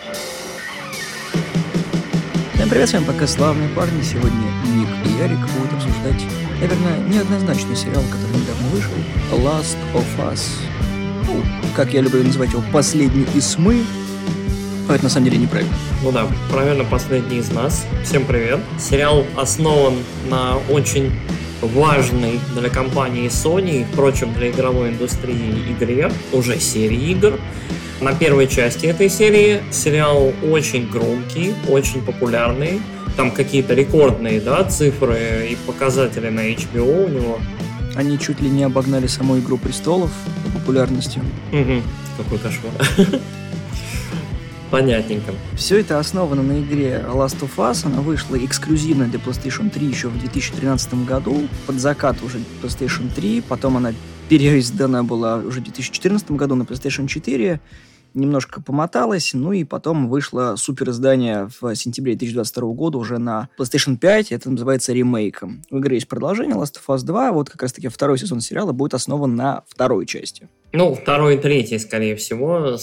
Всем привет, с вами подкаст «Славные парни». Сегодня Ник и Ярик будут обсуждать, наверное, неоднозначный сериал, который недавно вышел, Last of Us. Ну, как я люблю называть его, «Последний из мы». Но это на самом деле неправильно. Ну да, правильно, «Последний из нас». Всем привет. Сериал основан на очень важной для компании Sony и, впрочем, для игровой индустрии игре, уже серии игр. На первой части этой серии сериал очень громкий, очень популярный. Там какие-то рекордные, цифры и показатели на HBO у него. Они чуть ли не обогнали саму «Игру престолов» по популярности. Угу. Какой кошмар. Понятненько. Все это основано на игре Last of Us. Она вышла эксклюзивно для PlayStation 3 еще в 2013 году. Под закат уже PlayStation 3. Потом она переиздана была уже в 2014 году на PlayStation 4. Немножко помоталась, ну и потом вышло супериздание в сентябре 2022 года уже на PlayStation 5, это называется ремейком. У игры есть продолжение, Last of Us 2, вот как раз-таки второй сезон сериала будет основан на второй части. Ну, второй и третий, скорее всего.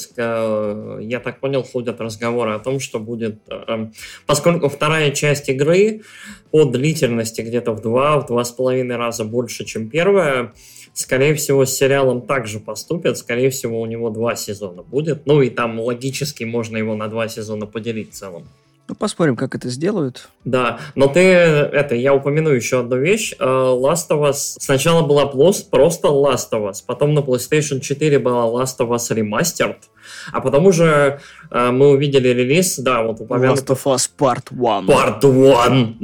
Я так понял, ходят разговоры о том, что будет... Поскольку вторая часть игры по длительности где-то в 2,5 раза больше, чем первая, скорее всего, с сериалом также поступят. Скорее всего, у него 2 сезона будет. Ну, и там логически можно его на 2 сезона поделить в целом. Ну, посмотрим, как это сделают. Да, но я упомяну еще одну вещь. Last of Us сначала была просто Last of Us, потом на PlayStation 4 была Last of Us Remastered, а потом уже мы увидели релиз, вот упомянутый... Last of Us Part 1. Part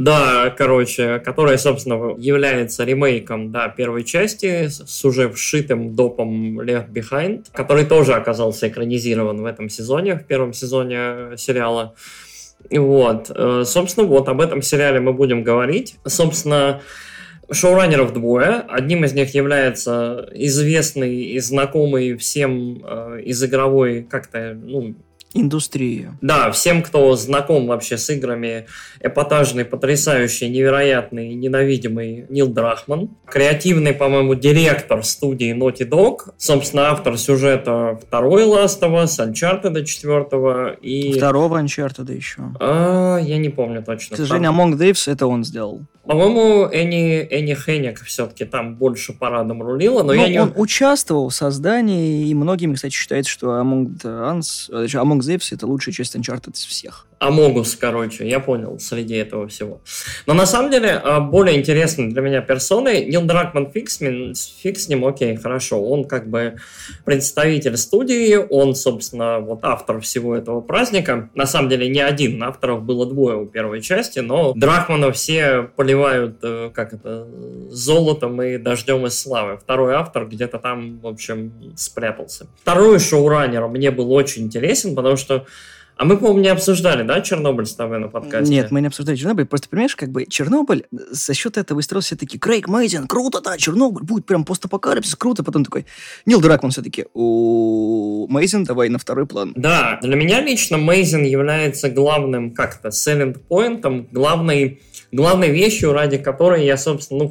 1, которая, собственно, является ремейком, первой части с уже вшитым допом Left Behind, который тоже оказался экранизирован в этом сезоне, в первом сезоне сериала. Собственно, об этом сериале мы будем говорить. Собственно, шоураннеров двое. Одним из них является известный и знакомый всем из игровой индустрия. Да, всем, кто знаком вообще с играми, эпатажный, потрясающий, невероятный, ненавидимый Нил Дракман. Креативный, по-моему, директор студии Naughty Dog. Собственно, автор сюжета второй Last of Us, Uncharted 4 и... Второго Uncharted еще. Я не помню точно. К сожалению, Among Thieves это он сделал. По-моему, Энни Хенник все-таки там больше парадом рулила, но он участвовал в создании, и многими, кстати, считается, что Among Thieves это лучшая часть Uncharted из всех. Амогус, я понял, среди этого всего. Но на самом деле, более интересной для меня персоной Нил Дракман, фиг с ним, окей, хорошо. Он представитель студии, он, собственно, автор всего этого праздника. На самом деле, не один, авторов было 2 у первой части, но Дракмана все поливают, золотом и дождем из славы. Второй автор где-то там, в общем, спрятался. Второй шоураннер мне был очень интересен, потому что мы, по-моему, не обсуждали, Чернобыль с тобой на подкасте? Нет, мы не обсуждали Чернобыль. Просто, понимаешь, Чернобыль за счет этого выстроился все таки Крейг Мейзин, круто, Чернобыль будет прям постапокалипсис, круто. Потом такой Нил Дракман все-таки, Мейзин, давай на второй план. Да, для меня лично Мейзин является главным, selling поинтом, главной вещью, ради которой я, собственно,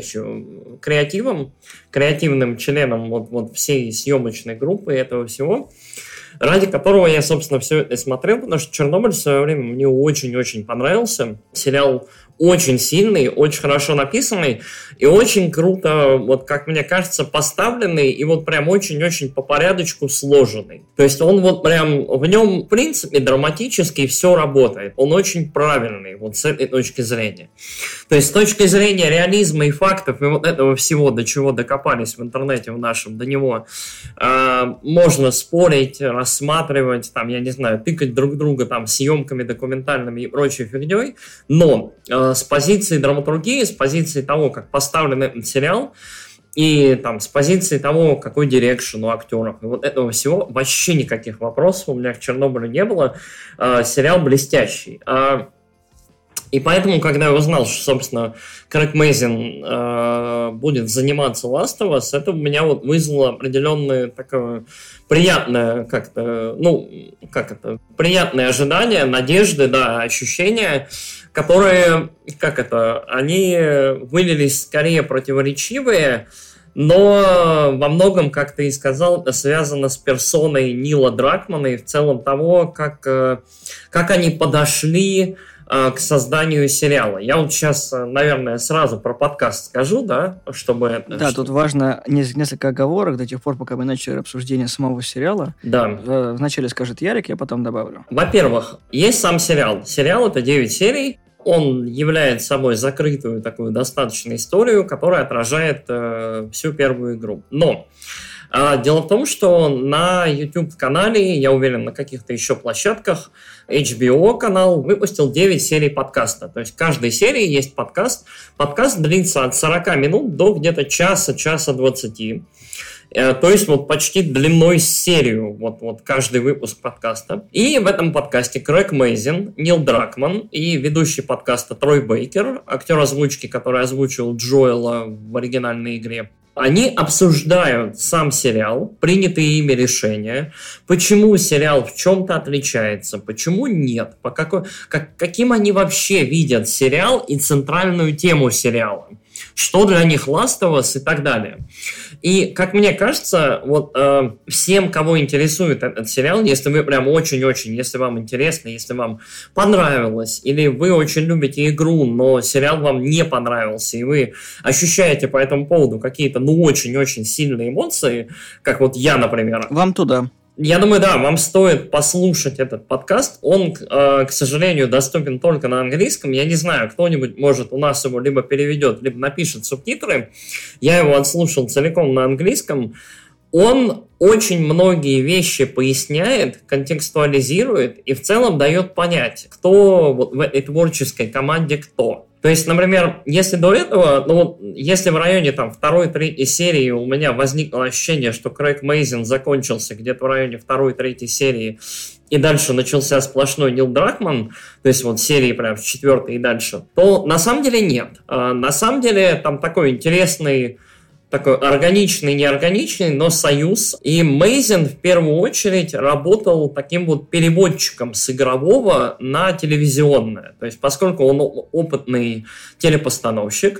креативным членом всей съемочной группы этого всего, ради которого я, собственно, все это смотрел, потому что «Чернобыль» в свое время мне очень-очень понравился. Сериал очень сильный, очень хорошо написанный и очень круто, как мне кажется, поставленный и прям очень-очень по порядочку сложенный. То есть он прям, в нем, в принципе, драматически все работает. Он очень правильный с этой точки зрения. То есть с точки зрения реализма и фактов и этого всего, до чего докопались в интернете в нашем, до него можно спорить, рассматривать, тыкать друг друга съемками документальными и прочей фигней, но с позиции драматургии, с позиции того, как поставлен этот сериал, и с позиции того, какой дирекшн у актеров, и этого всего вообще никаких вопросов у меня к Чернобылю не было. Сериал блестящий. И поэтому, когда я узнал, что, собственно, Крейг Мейзин будет заниматься Last of Us, это у меня вызвало определенное такое приятное приятное ожидание, надежды, ощущения, которые, они вылились скорее противоречивые, но во многом, как ты и сказал, связано с персоной Нила Дракмана и в целом того, как они подошли к созданию сериала. Я вот сейчас, наверное, сразу про подкаст скажу, да, чтобы... Да, тут важно несколько оговорок до тех пор, пока мы начали обсуждение самого сериала. Да. Вначале скажет Ярик, я потом добавлю. Во-первых, есть сам сериал. Сериал — это 9 серий. Он является собой закрытую такую достаточно историю, которая отражает всю первую игру. Но дело в том, что на YouTube-канале, я уверен, на каких-то еще площадках, HBO-канал выпустил 9 серий подкаста. То есть в каждой серии есть подкаст. Подкаст длится от 40 минут до где-то часа 20. То есть вот почти длиной серию, вот каждый выпуск подкаста. И в этом подкасте Крэг Мейзин, Нил Дракман и ведущий подкаста Трой Бейкер, актер озвучки, который озвучил Джоэла в оригинальной игре, они обсуждают сам сериал, принятые ими решения, почему сериал в чем-то отличается, почему нет, каким они вообще видят сериал и центральную тему сериала, что для них Last of Us и так далее. И, как мне кажется, всем, кого интересует этот сериал, если вы прям очень-очень, если вам интересно, если вам понравилось, или вы очень любите игру, но сериал вам не понравился, и вы ощущаете по этому поводу какие-то, очень-очень сильные эмоции, как вот я, например. Вам туда. Я думаю, да, вам стоит послушать этот подкаст. Он, к сожалению, доступен только на английском. Я не знаю, кто-нибудь, может, у нас его либо переведет, либо напишет субтитры. Я его отслушал целиком на английском. Он очень многие вещи поясняет, контекстуализирует и в целом дает понять, кто в этой творческой команде кто. То есть, например, если до этого, если в районе второй-третьей серии у меня возникло ощущение, что Крэг Мейзин закончился где-то в районе второй-третьей серии, и дальше начался сплошной Нил Дракман, то есть серии прям с 4 и дальше, то на самом деле нет. На самом деле там такой интересный, такой органичный, неорганичный, но союз. И Мейзин в первую очередь работал таким переводчиком с игрового на телевизионное. То есть, поскольку он опытный телепостановщик,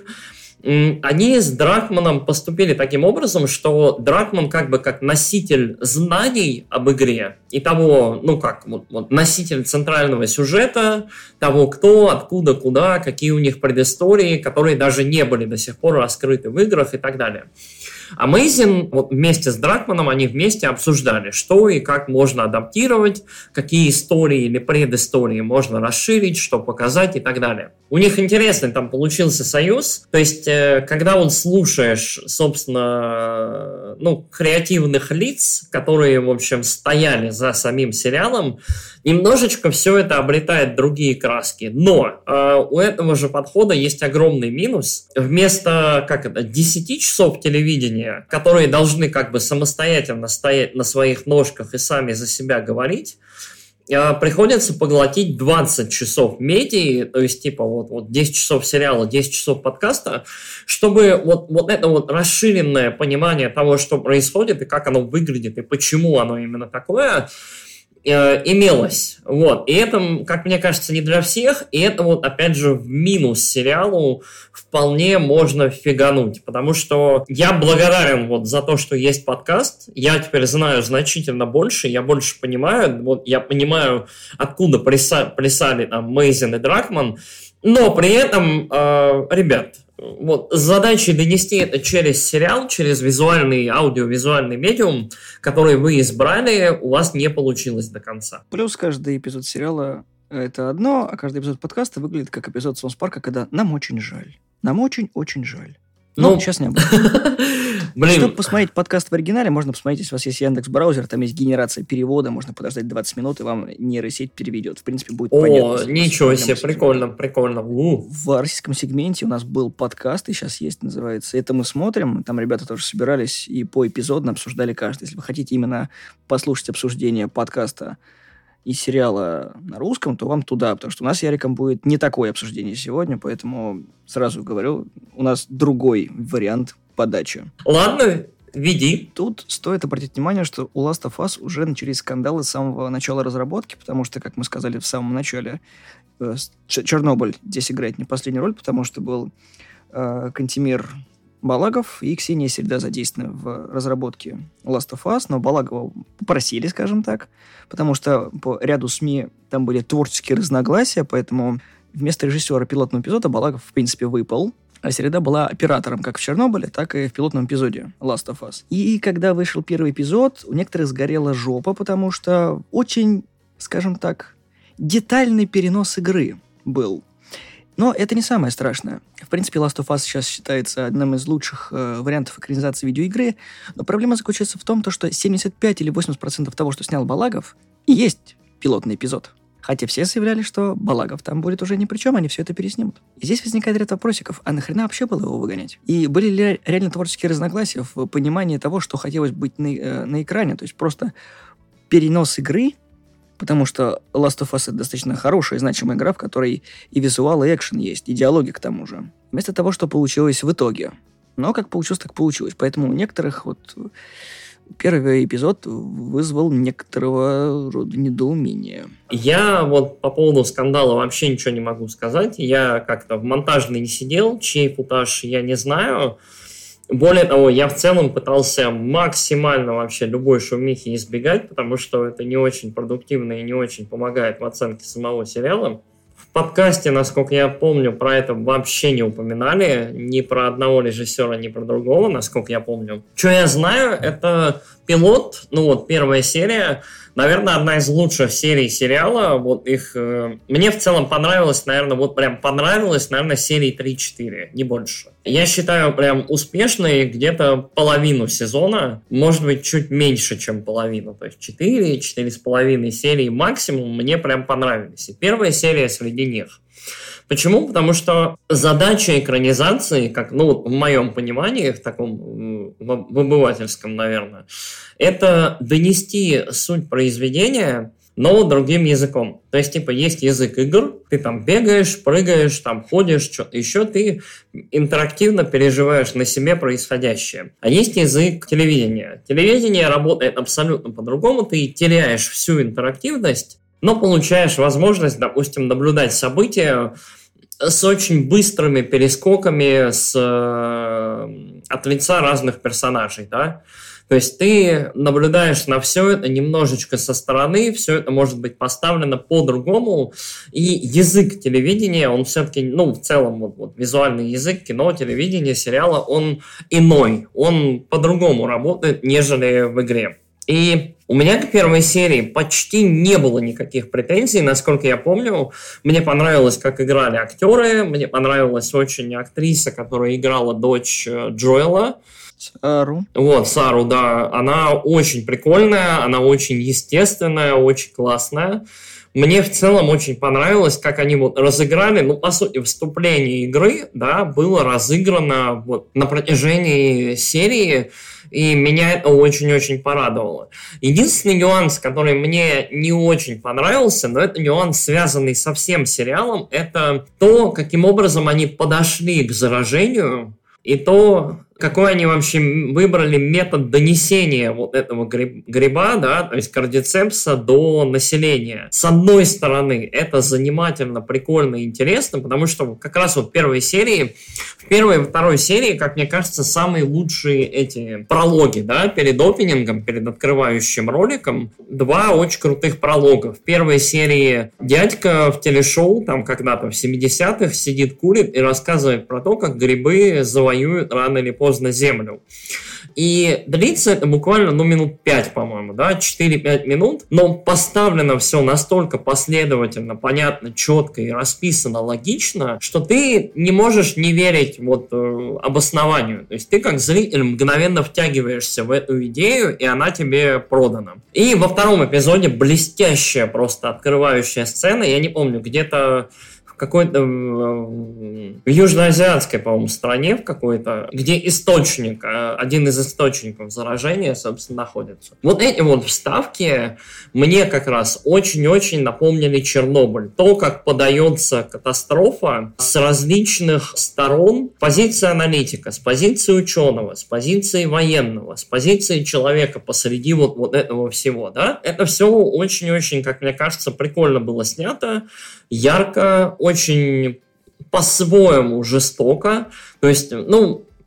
они с Дракманом поступили таким образом, что Дракман как носитель знаний об игре и того, носитель центрального сюжета, того, кто, откуда, куда, какие у них предыстории, которые даже не были до сих пор раскрыты в играх и так далее. А Мейзин вместе с Дракманом, они вместе обсуждали, что и как можно адаптировать, какие истории или предыстории можно расширить, что показать и так далее. У них интересный там получился союз, то есть когда слушаешь, собственно, креативных лиц, которые, в общем, стояли за самим сериалом, немножечко все это обретает другие краски. Но у этого же подхода есть огромный минус. Вместо 10 часов телевидения, которые должны самостоятельно стоять на своих ножках и сами за себя говорить, приходится поглотить 20 часов медиа, то есть 10 часов сериала, 10 часов подкаста, чтобы это расширенное понимание того, что происходит и как оно выглядит и почему оно именно такое, имелось. И это, как мне кажется, не для всех, и это опять же в минус сериалу вполне можно фигануть, потому что я благодарен за то, что есть подкаст, я теперь знаю значительно больше, я больше понимаю, я понимаю, откуда плясали Мейзин и Дракман, но при этом, ребят, с задачей донести это через сериал, через визуальный, аудиовизуальный медиум, который вы избрали, у вас не получилось до конца. Плюс каждый эпизод сериала — это одно, а каждый эпизод подкаста выглядит как эпизод Саус Парка, когда нам очень жаль. Нам очень-очень жаль. Сейчас не об этом. Чтобы посмотреть подкаст в оригинале, можно посмотреть, если у вас есть Яндекс.Браузер, там есть генерация перевода, можно подождать 20 минут, и вам нейросеть переведет. В принципе, будет понятно. Ничего себе, прикольно. В российском сегменте у нас был подкаст, и сейчас есть, называется «Это мы смотрим». Там ребята тоже собирались и поэпизодно обсуждали каждый. Если вы хотите именно послушать обсуждение подкаста и сериала на русском, то вам туда, потому что у нас с Яриком будет не такое обсуждение сегодня, поэтому сразу говорю, у нас другой вариант подачи. Ладно, веди. Тут стоит обратить внимание, что у Last of Us уже начались скандалы с самого начала разработки, потому что, как мы сказали в самом начале, Чернобыль здесь играет не последнюю роль, потому что был Кантемир Балагов и Ксения Середа задействованы в разработке Last of Us, но Балагова попросили, скажем так, потому что по ряду СМИ там были творческие разногласия, поэтому вместо режиссера пилотного эпизода Балагов, в принципе, выпал, а Середа была оператором как в «Чернобыле», так и в пилотном эпизоде Last of Us. И когда вышел первый эпизод, у некоторых сгорела жопа, потому что очень, скажем так, детальный перенос игры был. Но это не самое страшное. В принципе, Last of Us сейчас считается одним из лучших вариантов экранизации видеоигры, но проблема заключается в том, что 75 или 80% того, что снял Балагов, и есть пилотный эпизод. Хотя все заявляли, что Балагов там будет уже ни при чем, они все это переснимут. И здесь возникает ряд вопросиков, а нахрена вообще было его выгонять? И были ли реально творческие разногласия в понимании того, что хотелось быть на экране? То есть просто перенос игры, потому что Last of Us — это достаточно хорошая и значимая игра, в которой и визуал, и экшен есть, и диалоги к тому же. Вместо того, что получилось в итоге. Но как получилось, так получилось. Поэтому у некоторых первый эпизод вызвал некоторого рода недоумения. Я по поводу скандала вообще ничего не могу сказать. Я как-то в монтажной не сидел, чей футаж я не знаю. Более того, я в целом пытался максимально вообще любой шумихи избегать, потому что это не очень продуктивно и не очень помогает в оценке самого сериала. В подкасте, насколько я помню, про это вообще не упоминали. Ни про одного режиссера, ни про другого, насколько я помню. Что я знаю, это пилот, первая серия. Наверное, одна из лучших серий сериала. Мне в целом понравилось, наверное, серии 3-4, не больше. Я считаю прям успешной где-то половину сезона, может быть, чуть меньше, чем половину. То есть 4-4,5 серии максимум мне прям понравились. И первая серия среди них. Почему? Потому что задача экранизации, как, в моем понимании, в таком, в обывательском, наверное, это донести суть произведения, но другим языком. То есть, есть язык игр, ты там бегаешь, прыгаешь, там ходишь, что-то еще, ты интерактивно переживаешь на себе происходящее. А есть язык телевидения. Телевидение работает абсолютно по-другому, ты теряешь всю интерактивность, но получаешь возможность, допустим, наблюдать события с очень быстрыми перескоками от лица разных персонажей, да? То есть ты наблюдаешь на все это немножечко со стороны, все это может быть поставлено по-другому, и язык телевидения, он все-таки, в целом, визуальный язык кино, телевидения, сериала, он иной, он по-другому работает, нежели в игре. И у меня к первой серии почти не было никаких претензий, насколько я помню. Мне понравилось, как играли актеры, мне понравилась очень актриса, которая играла дочь Джоэла. Сару. Сару, да. Она очень прикольная, она очень естественная, очень классная. Мне в целом очень понравилось, как они разыграли, по сути, вступление игры, да, было разыграно на протяжении серии, и меня это очень-очень порадовало. Единственный нюанс, который мне не очень понравился, но это нюанс, связанный со всем сериалом, это то, каким образом они подошли к заражению, и то, какой они вообще выбрали метод донесения этого гриба, да, то есть кардицепса, до населения. С одной стороны, это занимательно, прикольно и интересно, потому что как раз в первой и второй серии, как мне кажется, самые лучшие эти прологи, да, перед опенингом, перед открывающим роликом, два очень крутых пролога. В первой серии дядька в телешоу, там когда-то в 70-х, сидит, курит и рассказывает про то, как грибы завоюют рано или поздно Землю. И длится это буквально, минут 5, по-моему, да, 4-5 минут, но поставлено все настолько последовательно, понятно, четко и расписано логично, что ты не можешь не верить обоснованию. То есть ты как зритель мгновенно втягиваешься в эту идею, и она тебе продана. И во втором эпизоде блестящая просто открывающая сцена, я не помню, где-то какой-то в южноазиатской, по-моему, стране в какой-то, где источник, один из источников заражения, собственно, находится. Эти вставки мне как раз очень-очень напомнили Чернобыль. То, как подается катастрофа с различных сторон, с позиции аналитика, с позиции ученого, с позиции военного, с позиции человека посреди этого всего, да, это все очень-очень, как мне кажется, прикольно было снято, ярко, очень по-своему жестоко. То есть,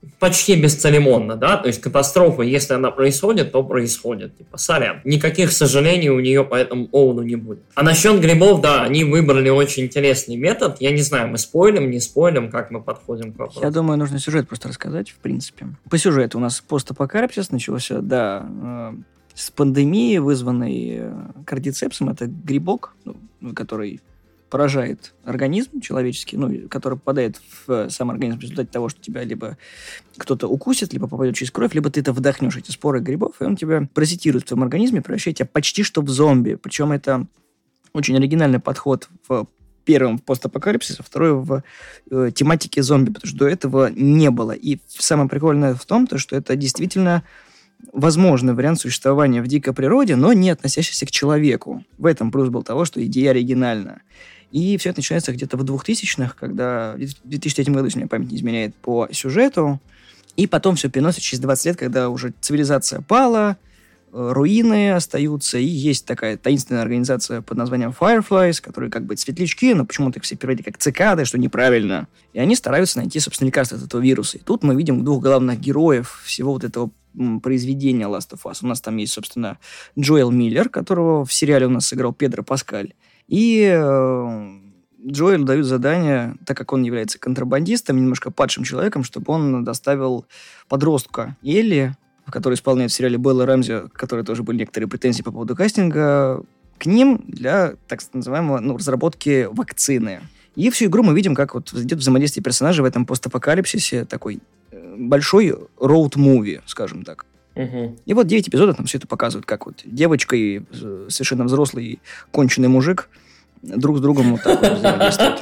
почти бесцеремонно, да, то есть катастрофа, если она происходит, то происходит, типа, сорян. Никаких сожалений у нее по этому поводу не будет. А насчет грибов, да, они выбрали очень интересный метод, я не знаю, мы спойлим, не спойлим, как мы подходим к вопросу. Я думаю, нужно сюжет просто рассказать, в принципе. По сюжету у нас постапокалипсис начался, да, с пандемии, вызванной кардицепсом, это грибок, который поражает организм человеческий, который попадает в сам организм в результате того, что тебя либо кто-то укусит, либо попадет через кровь, либо ты это вдохнешь, эти споры грибов, и он тебя паразитирует в твоем организме, превращает тебя почти что в зомби. Причем это очень оригинальный подход в первом в постапокалипсисе, а второй в тематике зомби, потому что до этого не было. И самое прикольное в том, что это действительно возможный вариант существования в дикой природе, но не относящийся к человеку. В этом плюс был того, что идея оригинальна. И все это начинается где-то в 2000-х, когда в 2003 году, если мне память не изменяет, по сюжету. И потом все переносится через 20 лет, когда уже цивилизация пала, руины остаются, и есть такая таинственная организация под названием Fireflies, которые как бы светлячки, но почему-то их все переводят как цикады, что неправильно. И они стараются найти, собственно, лекарство от этого вируса. И тут мы видим двух главных героев всего вот этого произведения Last of Us. У нас там есть, собственно, Джоэл Миллер, которого в сериале у нас сыграл Педро Паскаль. И Джоэлу дают задание, так как он является контрабандистом, немножко падшим человеком, чтобы он доставил подростка Элли, который исполняет в сериале Белла Рамзи, у которой тоже были некоторые претензии по поводу кастинга, к ним для, так называемой, разработки вакцины. И всю игру мы видим, как вот идет взаимодействие персонажей в этом постапокалипсисе, такой большой роуд-муви, скажем так. И вот 9 эпизодов нам все это показывают, как вот девочка и совершенно взрослый конченый мужик друг с другом вот так вот взаимодействуют.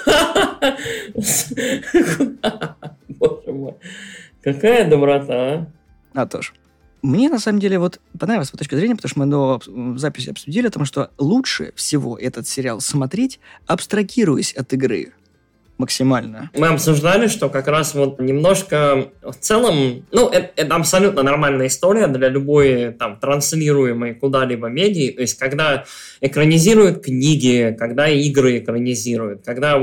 Боже мой. Какая доброта, а? Тоже. Мне, на самом деле, понравилась эта точка зрения, потому что мы до записи обсудили о том, что лучше всего этот сериал смотреть, абстрагируясь от игры максимально. Мы обсуждали, что как раз немножко в целом, это абсолютно нормальная история для любой там транслируемой куда-либо медиа, то есть когда экранизируют книги, когда игры экранизируют, когда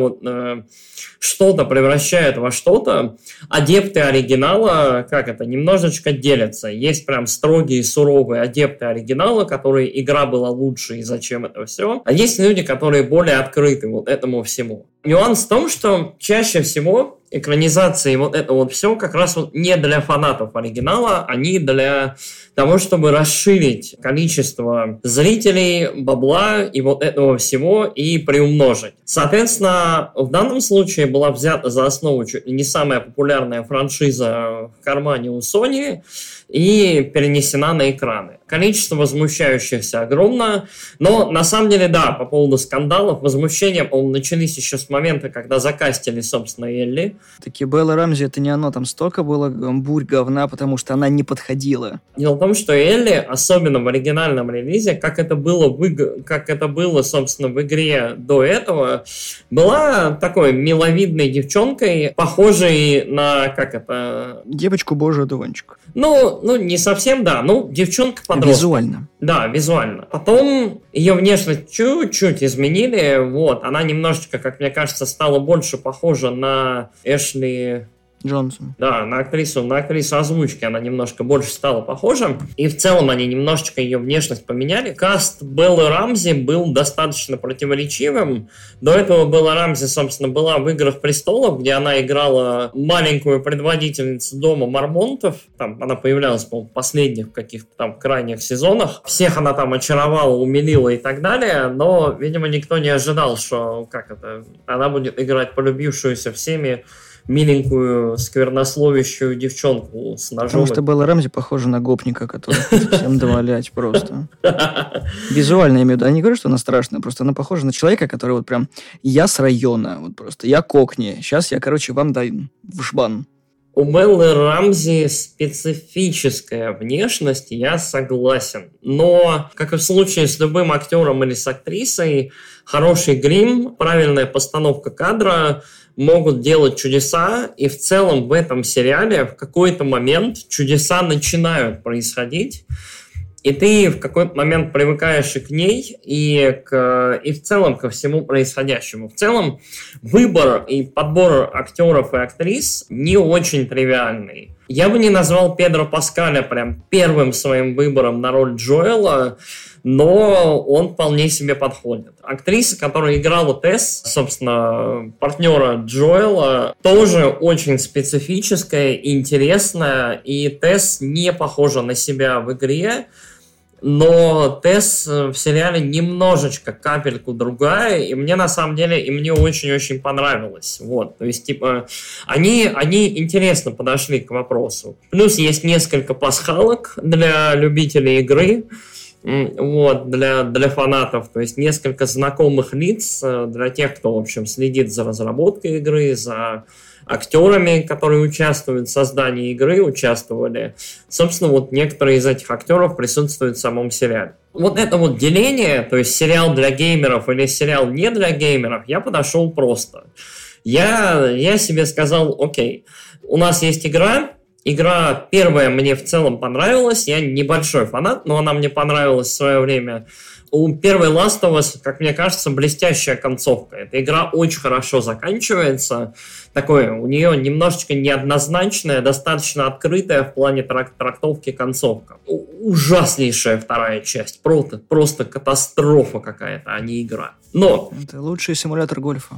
что-то превращают во что-то, адепты оригинала, немножечко делятся. Есть прям строгие, суровые адепты оригинала, которые игра была лучше, и зачем это все. А есть люди, которые более открыты этому всему. Нюанс в том, что чаще всего экранизации это все как раз не для фанатов оригинала, они для того, чтобы расширить количество зрителей, бабла и этого всего и приумножить. Соответственно, в данном случае была взята за основу чуть ли не самая популярная франшиза в кармане у Sony и перенесена на экраны. Количество возмущающихся огромно, но на самом деле, да, по поводу скандалов, возмущения, по-моему, начались еще с момента, когда закастили, собственно, Элли. Таки Белла Рамзи, это не оно, там столько было бурь говна, потому что она не подходила. Дело в том, что Элли, особенно в оригинальном релизе, как это было, собственно, в игре до этого, была такой миловидной девчонкой, похожей на, девочку Божию одуванчик. Не совсем, да, девчонка-подросток. Визуально. Да, визуально. Потом ее внешность чуть-чуть изменили, она немножечко, как мне кажется, стала больше похожа на Эшли Джонсон. Да, на актрису озвучки она немножко больше стала похожа. И в целом они немножечко ее внешность поменяли. Каст Беллы Рамзи был достаточно противоречивым. До этого Белла Рамзи, собственно, была в «Играх престолов», где она играла маленькую предводительницу дома Мормонтов. Там она появлялась, по-моему, в последних каких-то там крайних сезонах. Всех она там очаровала, умилила и так далее. Но, видимо, никто не ожидал, что она будет играть полюбившуюся всеми миленькую, сквернословящую девчонку с ножом. Потому что Белла Рамзи похожа на гопника, который хочет всем довалять просто. Визуально я имею в виду. Я не говорю, что она страшная, просто она похожа на человека, который прям я с района, просто я кокни. Сейчас я, вам даю в жбан. У Беллы Рамзи специфическая внешность, я согласен. Но, как и в случае с любым актером или с актрисой, хороший грим, правильная постановка кадра могут делать чудеса, и в целом в этом сериале в какой-то момент чудеса начинают происходить. И ты в какой-то момент привыкаешь и к ней, и в целом ко всему происходящему. В целом выбор и подбор актеров и актрис не очень тривиальный. Я бы не назвал Педро Паскаля прям первым своим выбором на роль Джоэла, но он вполне себе подходит. Актриса, которая играла Тесс, собственно, партнера Джоэла, тоже очень специфическая, интересная, и Тесс не похожа на себя в игре, но Тесс в сериале немножечко, капельку другая, и мне на самом деле, и мне очень-очень понравилось. Вот, то есть, типа, они интересно подошли к вопросу. Плюс есть несколько пасхалок для любителей игры, вот, для фанатов, то есть несколько знакомых лиц для тех, кто, в общем, следит за разработкой игры, за актерами, которые участвуют в создании игры, участвовали. Собственно, вот некоторые из этих актеров присутствуют в самом сериале. Вот это вот деление, то есть сериал для геймеров или сериал не для геймеров, я подошел просто. Я себе сказал, окей, у нас есть игра первая мне в целом понравилась, я небольшой фанат, но она мне понравилась в свое время. У первой Last of Us, как мне кажется, блестящая концовка. Эта игра очень хорошо заканчивается. Такое, у нее немножечко неоднозначная, достаточно открытая в плане трактовки концовка. Ужаснейшая вторая часть. Просто катастрофа какая-то, а не игра. Но... Это лучший симулятор гольфа.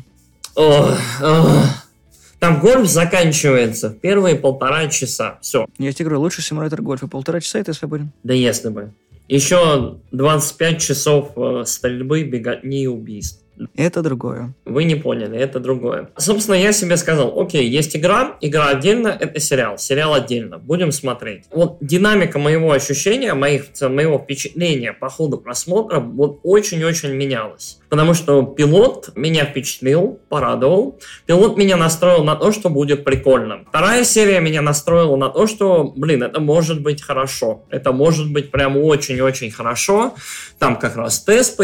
Там гольф заканчивается в первые 1,5 часа. Все. Я тебе говорю, лучший симулятор гольфа. 1,5 часа и ты свободен. Да если бы. Еще 25 часов стрельбы, беготни и убийств. Это другое. Вы не поняли, это другое. Собственно, я себе сказал, окей, есть игра отдельно, это сериал отдельно, будем смотреть. Вот динамика моего ощущения, моего впечатления по ходу просмотра вот очень-очень менялась. Потому что пилот меня впечатлил, порадовал. Пилот меня настроил на то, что будет прикольно. Вторая серия меня настроила на то, что, это может быть хорошо. Это может быть прям очень-очень хорошо. Там как раз Тесс,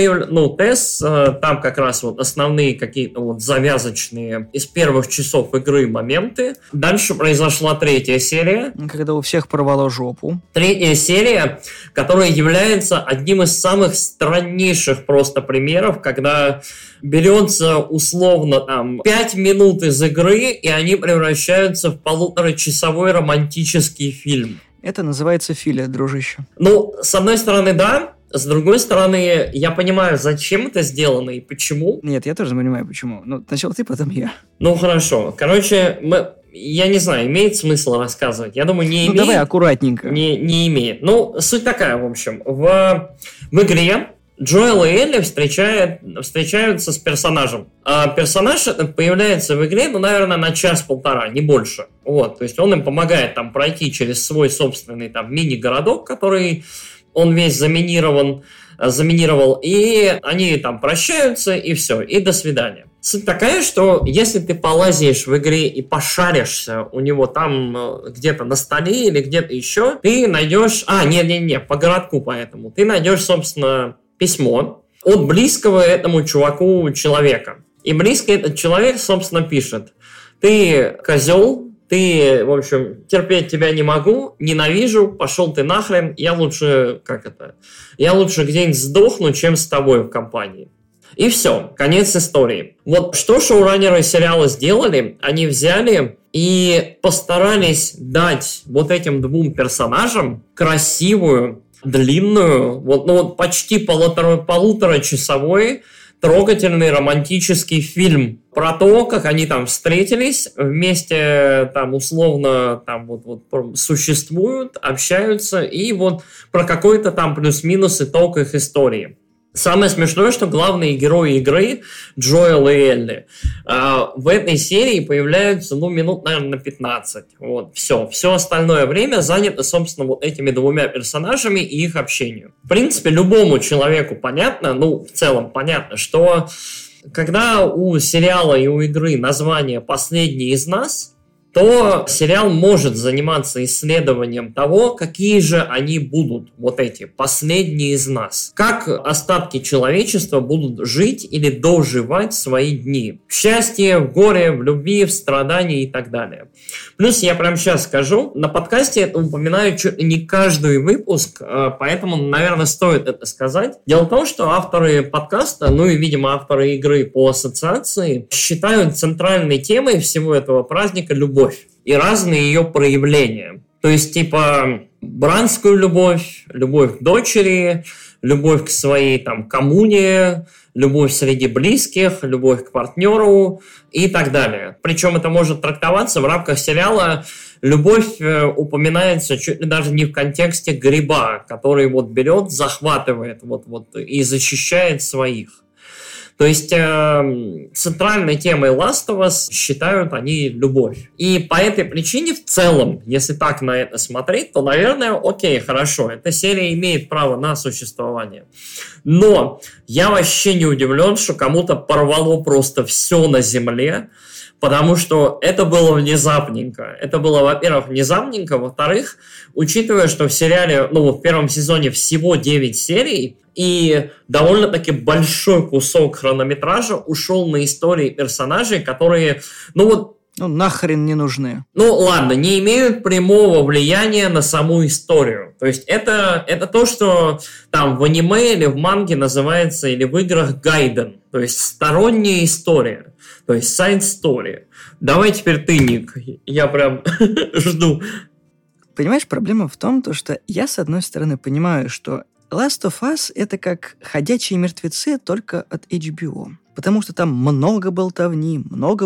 там как раз вот основные какие-то вот завязочные из первых часов игры моменты. Дальше произошла 3-я серия. Когда у всех порвало жопу. 3-я серия, которая является одним из самых страннейших просто примеров, когда берется условно 5 минут из игры, и они превращаются в 1,5-часовой романтический фильм. Это называется филия, дружище. С одной стороны, да. С другой стороны, я понимаю, зачем это сделано и почему. Нет, я тоже понимаю, почему. Сначала ты, потом я. Хорошо. Короче, я не знаю, имеет смысл рассказывать? Я думаю, не имеет. Давай аккуратненько. Не имеет. Суть такая, в общем. В игре Джоэл и Элли встречаются с персонажем. А персонаж появляется в игре, наверное, на 1-1,5, не больше. Вот, то есть он им помогает пройти через свой собственный мини-городок, который он весь заминировал, и они прощаются, и все, и до свидания. Суть такая, что если ты полазишь в игре и пошаришься у него там где-то на столе или где-то еще, ты найдешь... по городку поэтому. Ты найдешь, собственно, письмо от близкого этому чуваку человека. И близкий этот человек, собственно, пишет: ты козел, ты, в общем, терпеть тебя не могу, ненавижу, пошел ты нахрен, я лучше где-нибудь сдохну, чем с тобой в компании. И все, конец истории. Вот что шоураннеры сериала сделали, они взяли и постарались дать вот этим 2 персонажам красивую, длинную, почти 1,5-часовой трогательный романтический фильм про то, как они встретились, вместе условно существуют, общаются, и про какой-то плюс-минус итог их истории. Самое смешное, что главные герои игры, Джоэл и Элли, в этой серии появляются, минут, наверное, на 15. Все остальное время занято, собственно, этими 2 персонажами и их общением. В принципе, любому человеку понятно, в целом понятно, что когда у сериала и у игры название «Последний из нас», то сериал может заниматься исследованием того, какие же они будут, вот эти последние из нас. Как остатки человечества будут жить или доживать свои дни. В счастье, в горе, в любви, в страдании и так далее. Плюс я прямо сейчас скажу, на подкасте это упоминаю чуть ли не каждый выпуск, поэтому, наверное, стоит это сказать. Дело в том, что авторы подкаста, ну и, видимо, авторы игры по ассоциации, считают центральной темой всего этого праздника любовь и разные ее проявления. То есть, типа, братскую любовь, любовь к дочери, любовь к своей там коммуне, любовь среди близких, любовь к партнеру и так далее. Причем это может трактоваться в рамках сериала. Любовь упоминается чуть ли даже не в контексте гриба, который вот берет, захватывает вот и защищает своих. То есть центральной темой Last of Us считают они любовь. И по этой причине в целом, если так на это смотреть, то, наверное, окей, хорошо, эта серия имеет право на существование. Но я вообще не удивлен, что кому-то порвало просто все на земле, потому что это было внезапненько. Это было, во-первых, внезапненько, во-вторых, учитывая, что в сериале, в первом сезоне всего 9 серий, и довольно-таки большой кусок хронометража ушел на истории персонажей, которые, нахрен не нужны. Ладно, не имеют прямого влияния на саму историю. То есть это то, что там в аниме или в манге называется, или в играх гайден. То есть сторонняя история. То есть сайд-стори. Давай теперь ты, Ник. Я прям жду. Понимаешь, проблема в том, что я, с одной стороны, понимаю, что Last of Us — это как «Ходячие мертвецы», только от HBO. Потому что там много болтовни,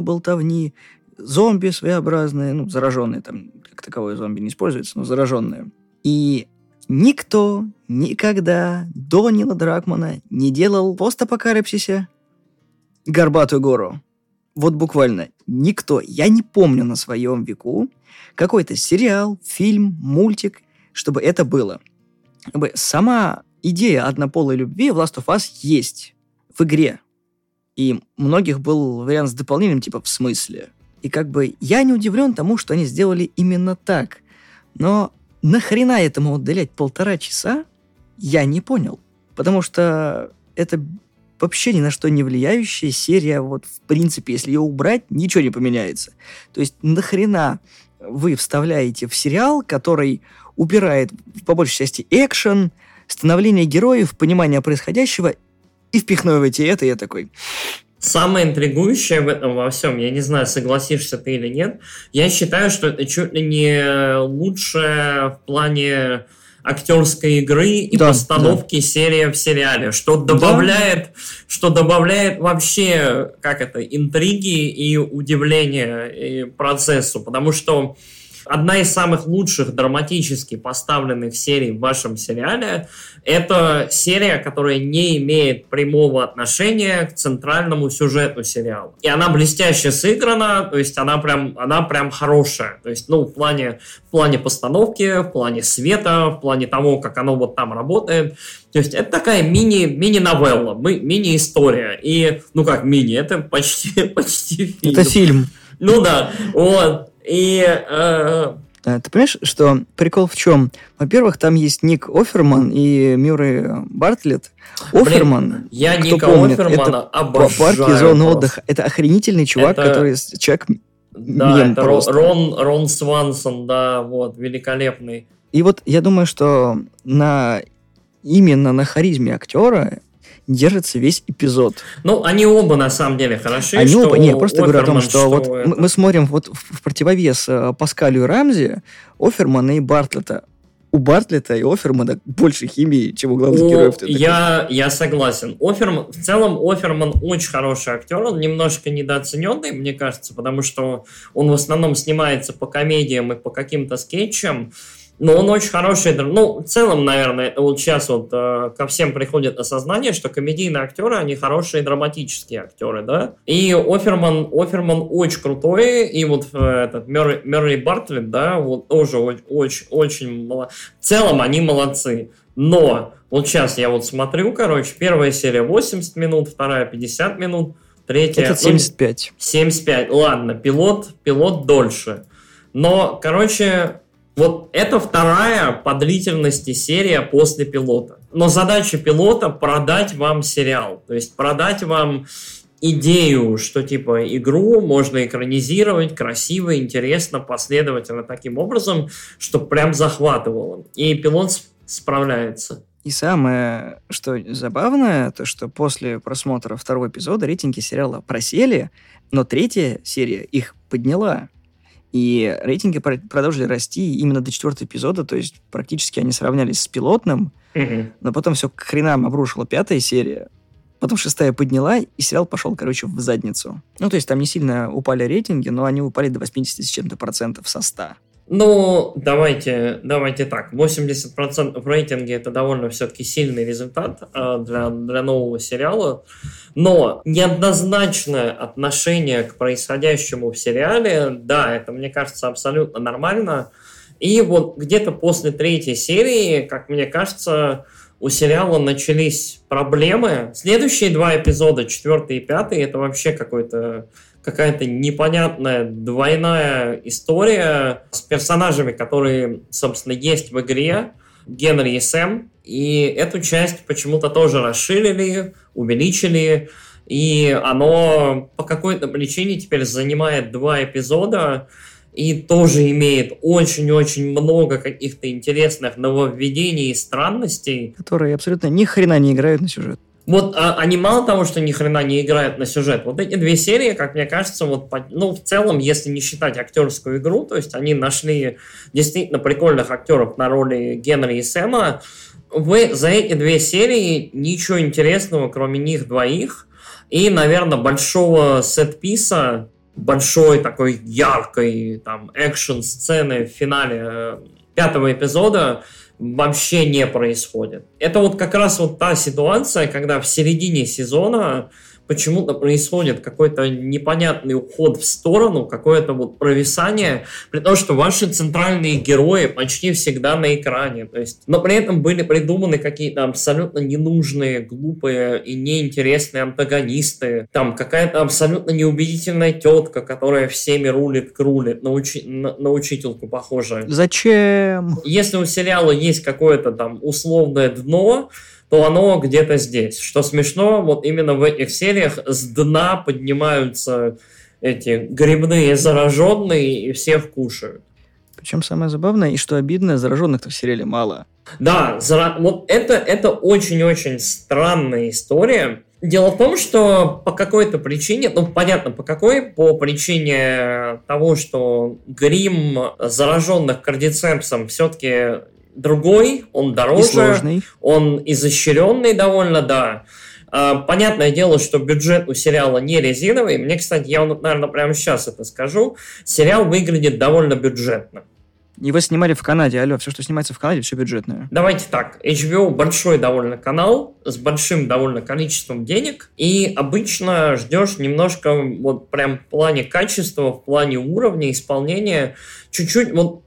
зомби своеобразные, зараженные, там как таковое зомби не используется, но зараженные. И никто никогда до Нила Дракмана не делал в постапокалипсисе горбатую гору. Вот буквально никто. Я не помню на своем веку какой-то сериал, фильм, мультик, чтобы это было. Сама идея однополой любви в Last of Us есть в игре. И у многих был вариант с дополнением, типа, в смысле. И я не удивлен тому, что они сделали именно так. Но нахрена этому уделять 1,5 часа, я не понял. Потому что это вообще ни на что не влияющая серия. Вот, в принципе, если ее убрать, ничего не поменяется. То есть нахрена вы вставляете в сериал, который упирает по большей части экшен, становление героев, понимание происходящего, и впихнываете это, и я такой... Самое интригующее в этом во всем, я не знаю, согласишься ты или нет, я считаю, что это чуть ли не лучшее в плане актерской игры и постановки серии в сериале, что добавляет вообще, интриги и удивления и процессу, потому что одна из самых лучших драматически поставленных серий в вашем сериале — это серия, которая не имеет прямого отношения к центральному сюжету сериала. И она блестяще сыграна, то есть она прям хорошая. То есть, в плане постановки, в плане света, в плане того, как оно вот там работает. То есть это такая мини-новелла, мини-история. И, это почти фильм. Это фильм. Вот. И... Ты понимаешь, что прикол в чем? Во-первых, там есть Ник Офферман и Мюррей Бартлетт. Офферман, я кто Ника помнит, Оффермана это обожаю. парки зоны отдыха. Это охренительный чувак, который человек мем это просто. Рон Свансон, да, вот, великолепный. И вот я думаю, что именно на харизме актера держится весь эпизод. Они оба на самом деле хороши. Они оба, я просто говорю о том, что вот мы смотрим вот в противовес Паскалю и Рамзи, Оффермана и Бартлетта. У Бартлетта и Оффермана больше химии, чем у главных героев. Я согласен. В целом Офферман очень хороший актер, он немножко недооцененный, мне кажется, потому что он в основном снимается по комедиям и по каким-то скетчам. Но он очень хороший. В целом, наверное, это вот сейчас ко всем приходит осознание, что комедийные актеры, они хорошие драматические актеры, да. И Офферман очень крутой, и вот этот Мюррей Бартлетт, да, вот тоже очень молодцы. В целом, они молодцы. Но вот сейчас я вот смотрю, первая серия 80 минут, вторая 50 минут, третья... Это 75. 75, ладно, пилот дольше. Но, короче, вот это вторая по длительности серия после пилота. Но задача пилота — продать вам сериал. То есть продать вам идею, что типа игру можно экранизировать красиво, интересно, последовательно, таким образом, что прям захватывало. И пилот справляется. И самое, что забавное, то, что после просмотра второго эпизода рейтинги сериала просели, но третья серия их подняла. И рейтинги продолжили расти именно до четвертого эпизода, то есть практически они сравнялись с пилотным, но потом все к хренам обрушила пятая серия, потом шестая подняла, и сериал пошел, короче, в задницу. Ну, то есть там не сильно упали рейтинги, но они упали до 80 с чем-то процентов со 100. Ну, давайте так. 80% рейтинги — это довольно все-таки сильный результат для нового сериала. Но неоднозначное отношение к происходящему в сериале, да, это, мне кажется, абсолютно нормально. И вот где-то после третьей серии, как мне кажется, у сериала начались проблемы. Следующие два эпизода, 4 и 5, это вообще какая-то непонятная двойная история с персонажами, которые, собственно, есть в игре, Генри и Сэм. И эту часть почему-то тоже расширили, увеличили. И оно по какой-то причине теперь занимает 2 эпизода и тоже имеет очень-очень много каких-то интересных нововведений и странностей, которые абсолютно ни хрена не играют на сюжет. Вот они мало того, что ни хрена не играют на сюжет, вот эти 2 серии, как мне кажется, в целом, если не считать актерскую игру, то есть они нашли действительно прикольных актеров на роли Генри и Сэма, за эти 2 серии ничего интересного, кроме них двоих, и, наверное, большого сет-писа, большой такой яркой там экшн-сцены в финале 5-го эпизода вообще не происходит. Это вот как раз вот та ситуация, когда в середине сезона почему-то происходит какой-то непонятный уход в сторону, какое-то вот провисание, при том, что ваши центральные герои почти всегда на экране. То есть, но при этом были придуманы какие-то абсолютно ненужные, глупые и неинтересные антагонисты. Там какая-то абсолютно неубедительная тетка, которая всеми крулит, на учительку похожая. Зачем? Если у сериала есть какое-то там условное дно, то оно где-то здесь. Что смешно, вот именно в этих сериях с дна поднимаются эти грибные зараженные и всех кушают. Причем самое забавное и что обидное, зараженных-то в сериале мало. Да, вот это очень-очень странная история. Дело в том, что по какой-то причине, понятно по какой, по причине того, что грим зараженных кардицепсом все-таки другой, он дороже, он изощренный довольно, да. Понятное дело, что бюджет у сериала не резиновый. Мне, кстати, я, наверное, прямо сейчас это скажу. Сериал выглядит довольно бюджетно. Его снимали в Канаде. Алло, все, что снимается в Канаде, все бюджетное. Давайте так. HBO большой довольно канал с большим довольно количеством денег. И обычно ждешь немножко вот прям в плане качества, в плане уровня исполнения чуть-чуть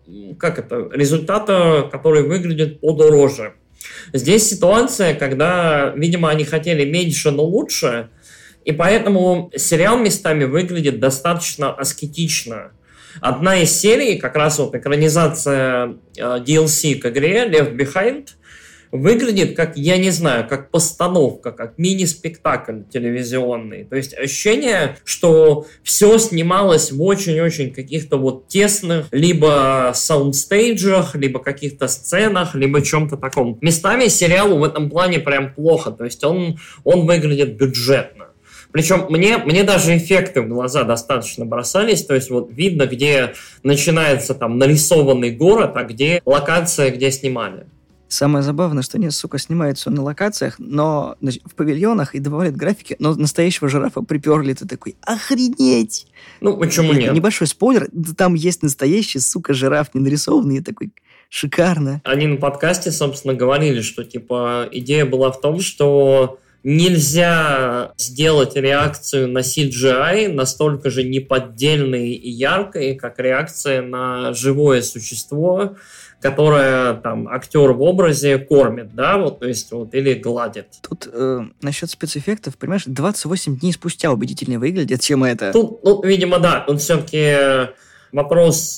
результата, который выглядит подороже. Здесь ситуация, когда, видимо, они хотели меньше, но лучше. И поэтому сериал местами выглядит достаточно аскетично. Одна из серий, как раз вот экранизация DLC к игре Left Behind, выглядит как, я не знаю, как постановка, как мини-спектакль телевизионный. То есть ощущение, что все снималось в очень-очень каких-то вот тесных либо саундстейджах, либо каких-то сценах, либо чем-то таком. Местами сериалу в этом плане прям плохо. То есть он выглядит бюджетно. Причем мне даже эффекты в глаза достаточно бросались, то есть вот видно, где начинается там нарисованный город, а где локация, где снимали. Самое забавное, что они, снимают все на локациях, но в павильонах и добавляют графики, но настоящего жирафа приперли, ты такой, охренеть! Почему нет? Небольшой спойлер, там есть настоящий, жираф не нарисованный, и такой, шикарно. Они на подкасте, собственно, говорили, что идея была в том, что нельзя сделать реакцию на CGI настолько же неподдельной и яркой, как реакция на живое существо, которое там актер в образе кормит, да, или гладит. Тут насчет спецэффектов, понимаешь, 28 дней спустя убедительнее выглядит, чем это. Тут, видимо, да, тут все-таки вопрос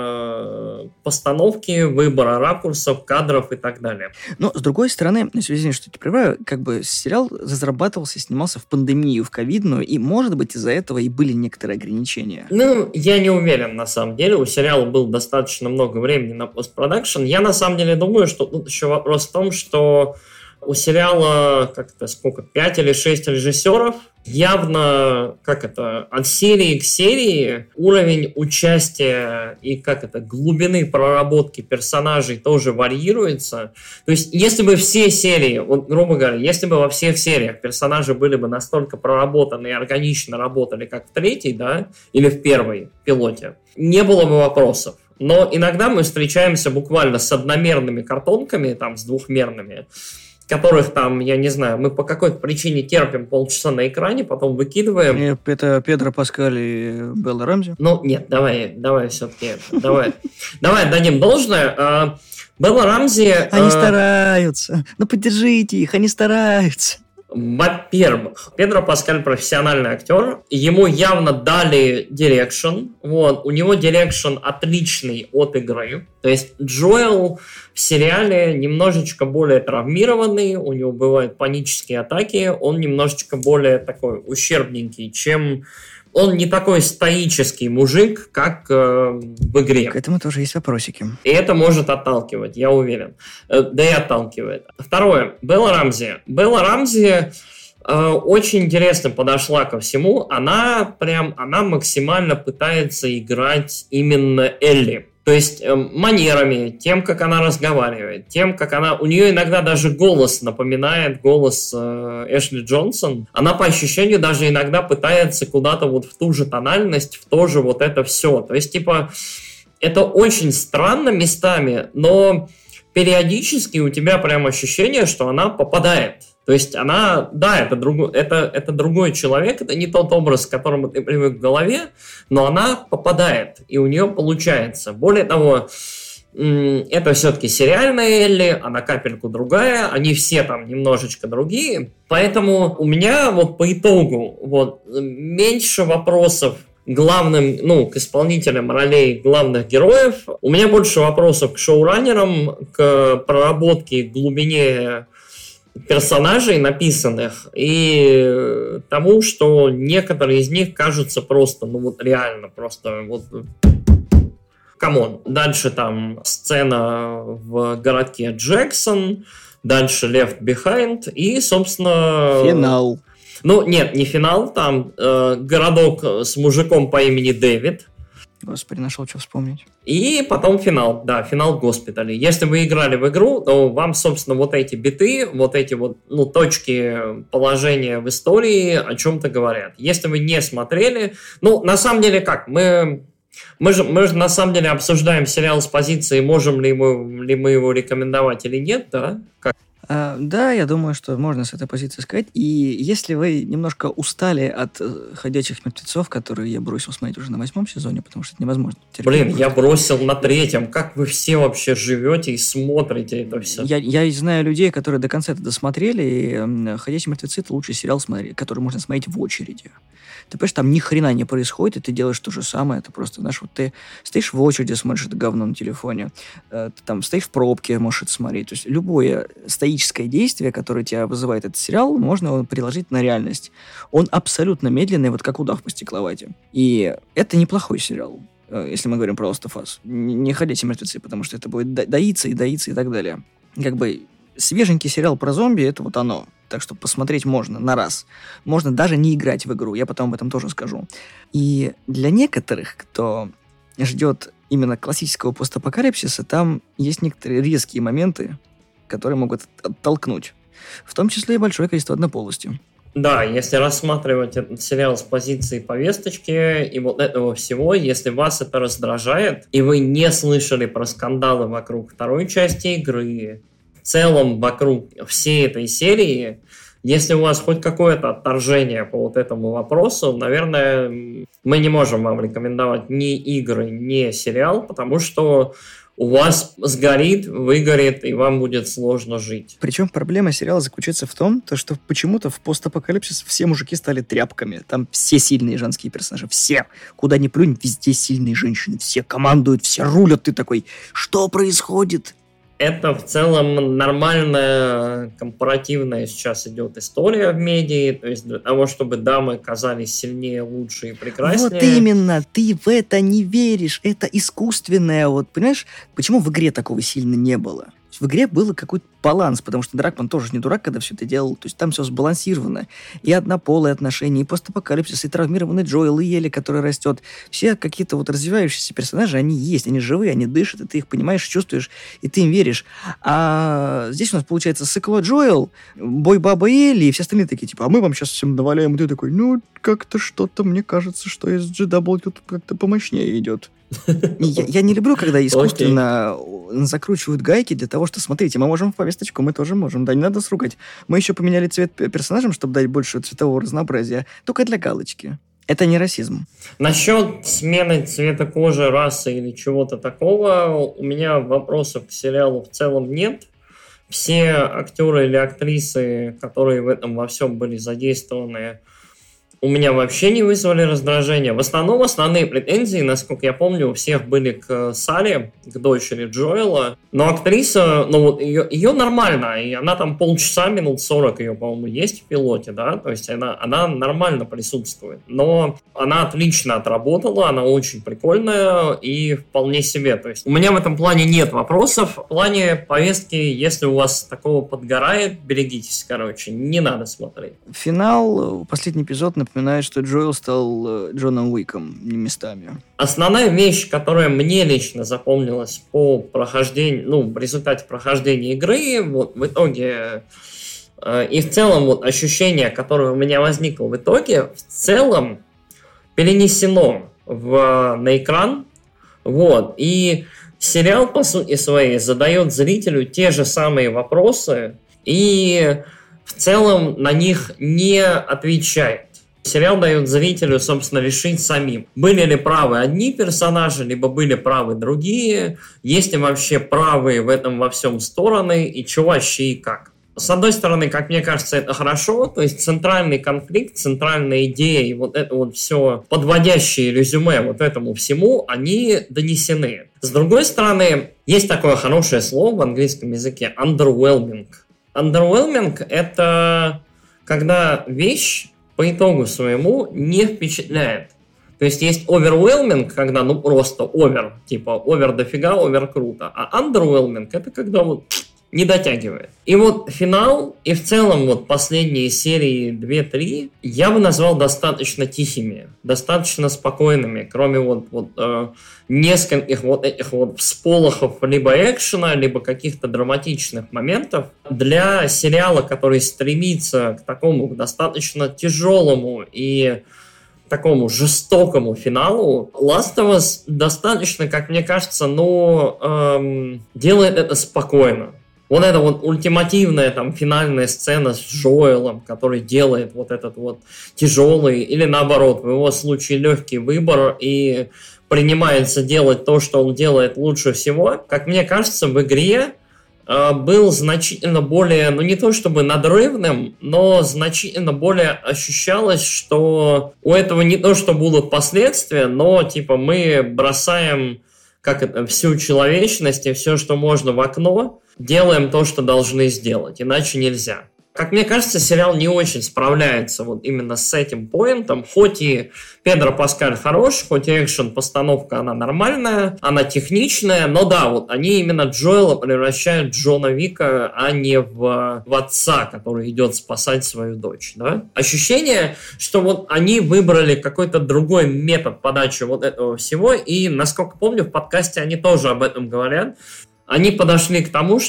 постановки, выбора ракурсов, кадров и так далее. Но, с другой стороны, извини, что я тебя прерываю, как бы сериал разрабатывался, снимался в пандемию, в ковидную, и, может быть, из-за этого и были некоторые ограничения. Ну, я не уверен, на самом деле. У сериала было достаточно много времени на постпродакшн. Я, на самом деле, думаю, что тут еще вопрос в том, что у сериала, 5 или 6 режиссеров, явно, от серии к серии уровень участия и, глубины проработки персонажей тоже варьируется. То есть, если бы все серии, вот, грубо говоря, если бы во всех сериях персонажи были бы настолько проработаны и органично работали, как в третьей, да, или в первой пилоте, не было бы вопросов. Но иногда мы встречаемся буквально с одномерными картонками, с двухмерными, которых я не знаю, мы по какой-то причине терпим полчаса на экране, потом выкидываем. Это Педро Паскаль и Белла Рамзи? Ну, нет, давай все-таки, давай дадим должное. Белла Рамзи... Они стараются, поддержите их, они стараются. Во-первых, Педро Паскаль профессиональный актер, ему явно дали дирекшн, у него дирекшн отличный от игры, то есть Джоэл в сериале немножечко более травмированный, у него бывают панические атаки, он немножечко более такой ущербненький, чем... Он не такой стоический мужик, как в игре. К этому тоже есть вопросики. И это может отталкивать, я уверен. Да и отталкивает. Второе. Белла Рамзи. Белла Рамзи очень интересно подошла ко всему. Она максимально пытается играть именно Элли. То есть манерами, тем, как она разговаривает, тем, как она... У нее иногда даже голос напоминает голос Эшли Джонсон. Она по ощущению даже иногда пытается куда-то в ту же тональность, в то же это все. То есть, это очень странно местами, но периодически у тебя прям ощущение, что она попадает. То есть она, да, это другой человек, это не тот образ, к которому ты привык в голове, но она попадает, и у нее получается. Более того, это все-таки сериальная Элли, она капельку другая, они все немножечко другие. Поэтому у меня по итогу меньше вопросов главным, к исполнителям ролей главных героев. У меня больше вопросов к шоураннерам, к проработке, к глубине персонажей написанных и тому, что некоторые из них кажутся просто, реально просто камон. Дальше сцена в городке Джексон, дальше Left Behind и, собственно... Финал. Нет, не финал, городок с мужиком по имени Дэвид. Господи, нашел что вспомнить. И потом финал, да, финал госпиталя. Если вы играли в игру, то вам, собственно, эти биты, эти точки положения в истории о чем-то говорят. Если вы не смотрели, на самом деле как, мы же на самом деле обсуждаем сериал с позиции, можем ли мы его рекомендовать или нет, да? Как? Да, я думаю, что можно с этой позиции сказать. И если вы немножко устали от «Ходячих мертвецов», которые я бросил смотреть уже на 8 сезоне, потому что это невозможно терпеть. Я бросил на 3. Как вы все вообще живете и смотрите это все? Я знаю людей, которые до конца это досмотрели, и «Ходячие мертвецы» — это лучший сериал, который можно смотреть в очереди. Ты понимаешь, там ни хрена не происходит, и ты делаешь то же самое. Это просто, знаешь, ты стоишь в очереди, смотришь это говно на телефоне, ты стоишь в пробке, можешь это смотреть. То есть любое стоическое действие, которое тебя вызывает этот сериал, можно приложить на реальность. Он абсолютно медленный, как удав по стекловате. И это неплохой сериал, если мы говорим про Last of Us. Не «Ходячие мертвецы», потому что это будет доиться и так далее. Свеженький сериал про зомби — это оно. Так что посмотреть можно на раз. Можно даже не играть в игру, я потом об этом тоже скажу. И для некоторых, кто ждет именно классического постапокалипсиса, там есть некоторые резкие моменты, которые могут оттолкнуть. В том числе и большое количество однополости. Да, если рассматривать этот сериал с позиции повесточки и этого всего, если вас это раздражает, и вы не слышали про скандалы вокруг второй части игры, в целом вокруг всей этой серии, если у вас хоть какое-то отторжение по этому вопросу, наверное, мы не можем вам рекомендовать ни игры, ни сериал, потому что у вас сгорит, выгорит, и вам будет сложно жить. Причем проблема сериала заключается в том, что почему-то в постапокалипсис все мужики стали тряпками. Там все сильные женские персонажи. Все. Куда ни плюнь, везде сильные женщины. Все командуют, все рулят. Ты такой, что происходит? Это в целом нормальная компаративная сейчас идет история в медиа, то есть для того, чтобы дамы казались сильнее, лучше и прекраснее. Вот именно, ты в это не веришь, это искусственное, вот, понимаешь, почему в игре такого сильно не было? В игре был какой-то баланс, потому что Дракман тоже не дурак, когда все это делал, то есть там все сбалансировано. И однополые отношения, и постапокалипсис, и травмированный Джоэл, и Элли, который растет. Все какие-то вот развивающиеся персонажи, они есть, они живые, они дышат, и ты их понимаешь, чувствуешь, и ты им веришь. А здесь у нас получается Сыкло Джоэл, Бой Баба Элли, и все остальные такие, типа, а мы вам сейчас всем наваляем, и ты такой, ну, как-то что-то, мне кажется, что SJW тут как-то помощнее идет. Я не люблю, когда искусственно закручивают гайки для того, что, смотрите, мы можем в повесточку, мы тоже можем, да, не надо сругать. Мы еще поменяли цвет персонажам, чтобы дать больше цветового разнообразия, только для галочки. Это не расизм. Насчет смены цвета кожи, расы или чего-то такого, у меня вопросов к сериалу в целом нет. Все актеры или актрисы, которые в этом во всем были задействованы, у меня вообще не вызвали раздражения. В основном основные претензии, насколько я помню, у всех были к Сале, к дочери Джоэла. Но актриса, ну вот ее нормально, и она там полчаса, минут 40 ее, по-моему, есть в пилоте, да, то есть она нормально присутствует. Но она отлично отработала, она очень прикольная и вполне себе. То есть у меня в этом плане нет вопросов. В плане повестки, если у вас такого подгорает, берегитесь, короче, не надо смотреть. Финал, последний эпизод, напоминает, что Джоэл стал Джоном Уиком местами. Основная вещь, которая мне лично запомнилась по прохождению, в результате прохождения игры, вот в итоге, и в целом вот ощущение, которое у меня возникло в итоге, в целом перенесено на экран, вот, и сериал, по сути своей, задает зрителю те же самые вопросы и в целом на них не отвечает. Сериал дает зрителю, собственно, решить самим, были ли правы одни персонажи, либо были правы другие, есть ли вообще правые в этом во всем стороны, и что вообще и как. С одной стороны, как мне кажется, это хорошо, то есть центральный конфликт, центральная идея и вот это вот все подводящее резюме вот этому всему, они донесены. С другой стороны, есть такое хорошее слово в английском языке – underwhelming. Underwhelming – это когда вещь по итогу своему не впечатляет. То есть есть overwhelming, когда просто over, типа over дофига, over круто. А underwhelming это когда вот не дотягивает. И вот финал и в целом вот последние серии 2-3 я бы назвал достаточно тихими, достаточно спокойными, кроме нескольких вот этих вот всполохов либо экшена, либо каких-то драматичных моментов. Для сериала, который стремится к такому достаточно тяжелому и такому жестокому финалу, Last of Us достаточно, как мне кажется, делает это спокойно. Вот эта вот ультимативная там финальная сцена с Джоэлом, который делает вот этот вот тяжелый или наоборот, в его случае легкий выбор и принимается делать то, что он делает лучше всего, как мне кажется, в игре был значительно более, не то чтобы надрывным, но значительно более ощущалось, что у этого не то, что будут последствия, но типа мы бросаем всю человечность и все, что можно, в окно, делаем то, что должны сделать, иначе нельзя. Как мне кажется, сериал не очень справляется вот именно с этим поинтом, хоть и Педро Паскаль хорош, хоть и экшен-постановка она нормальная, она техничная, но да, вот они именно Джоэла превращают в Джона Вика, а не в отца, который идет спасать свою дочь, да? Ощущение, что вот они выбрали какой-то другой метод подачи вот этого всего, и, насколько помню, в подкасте они тоже об этом говорят. Они подошли к тому,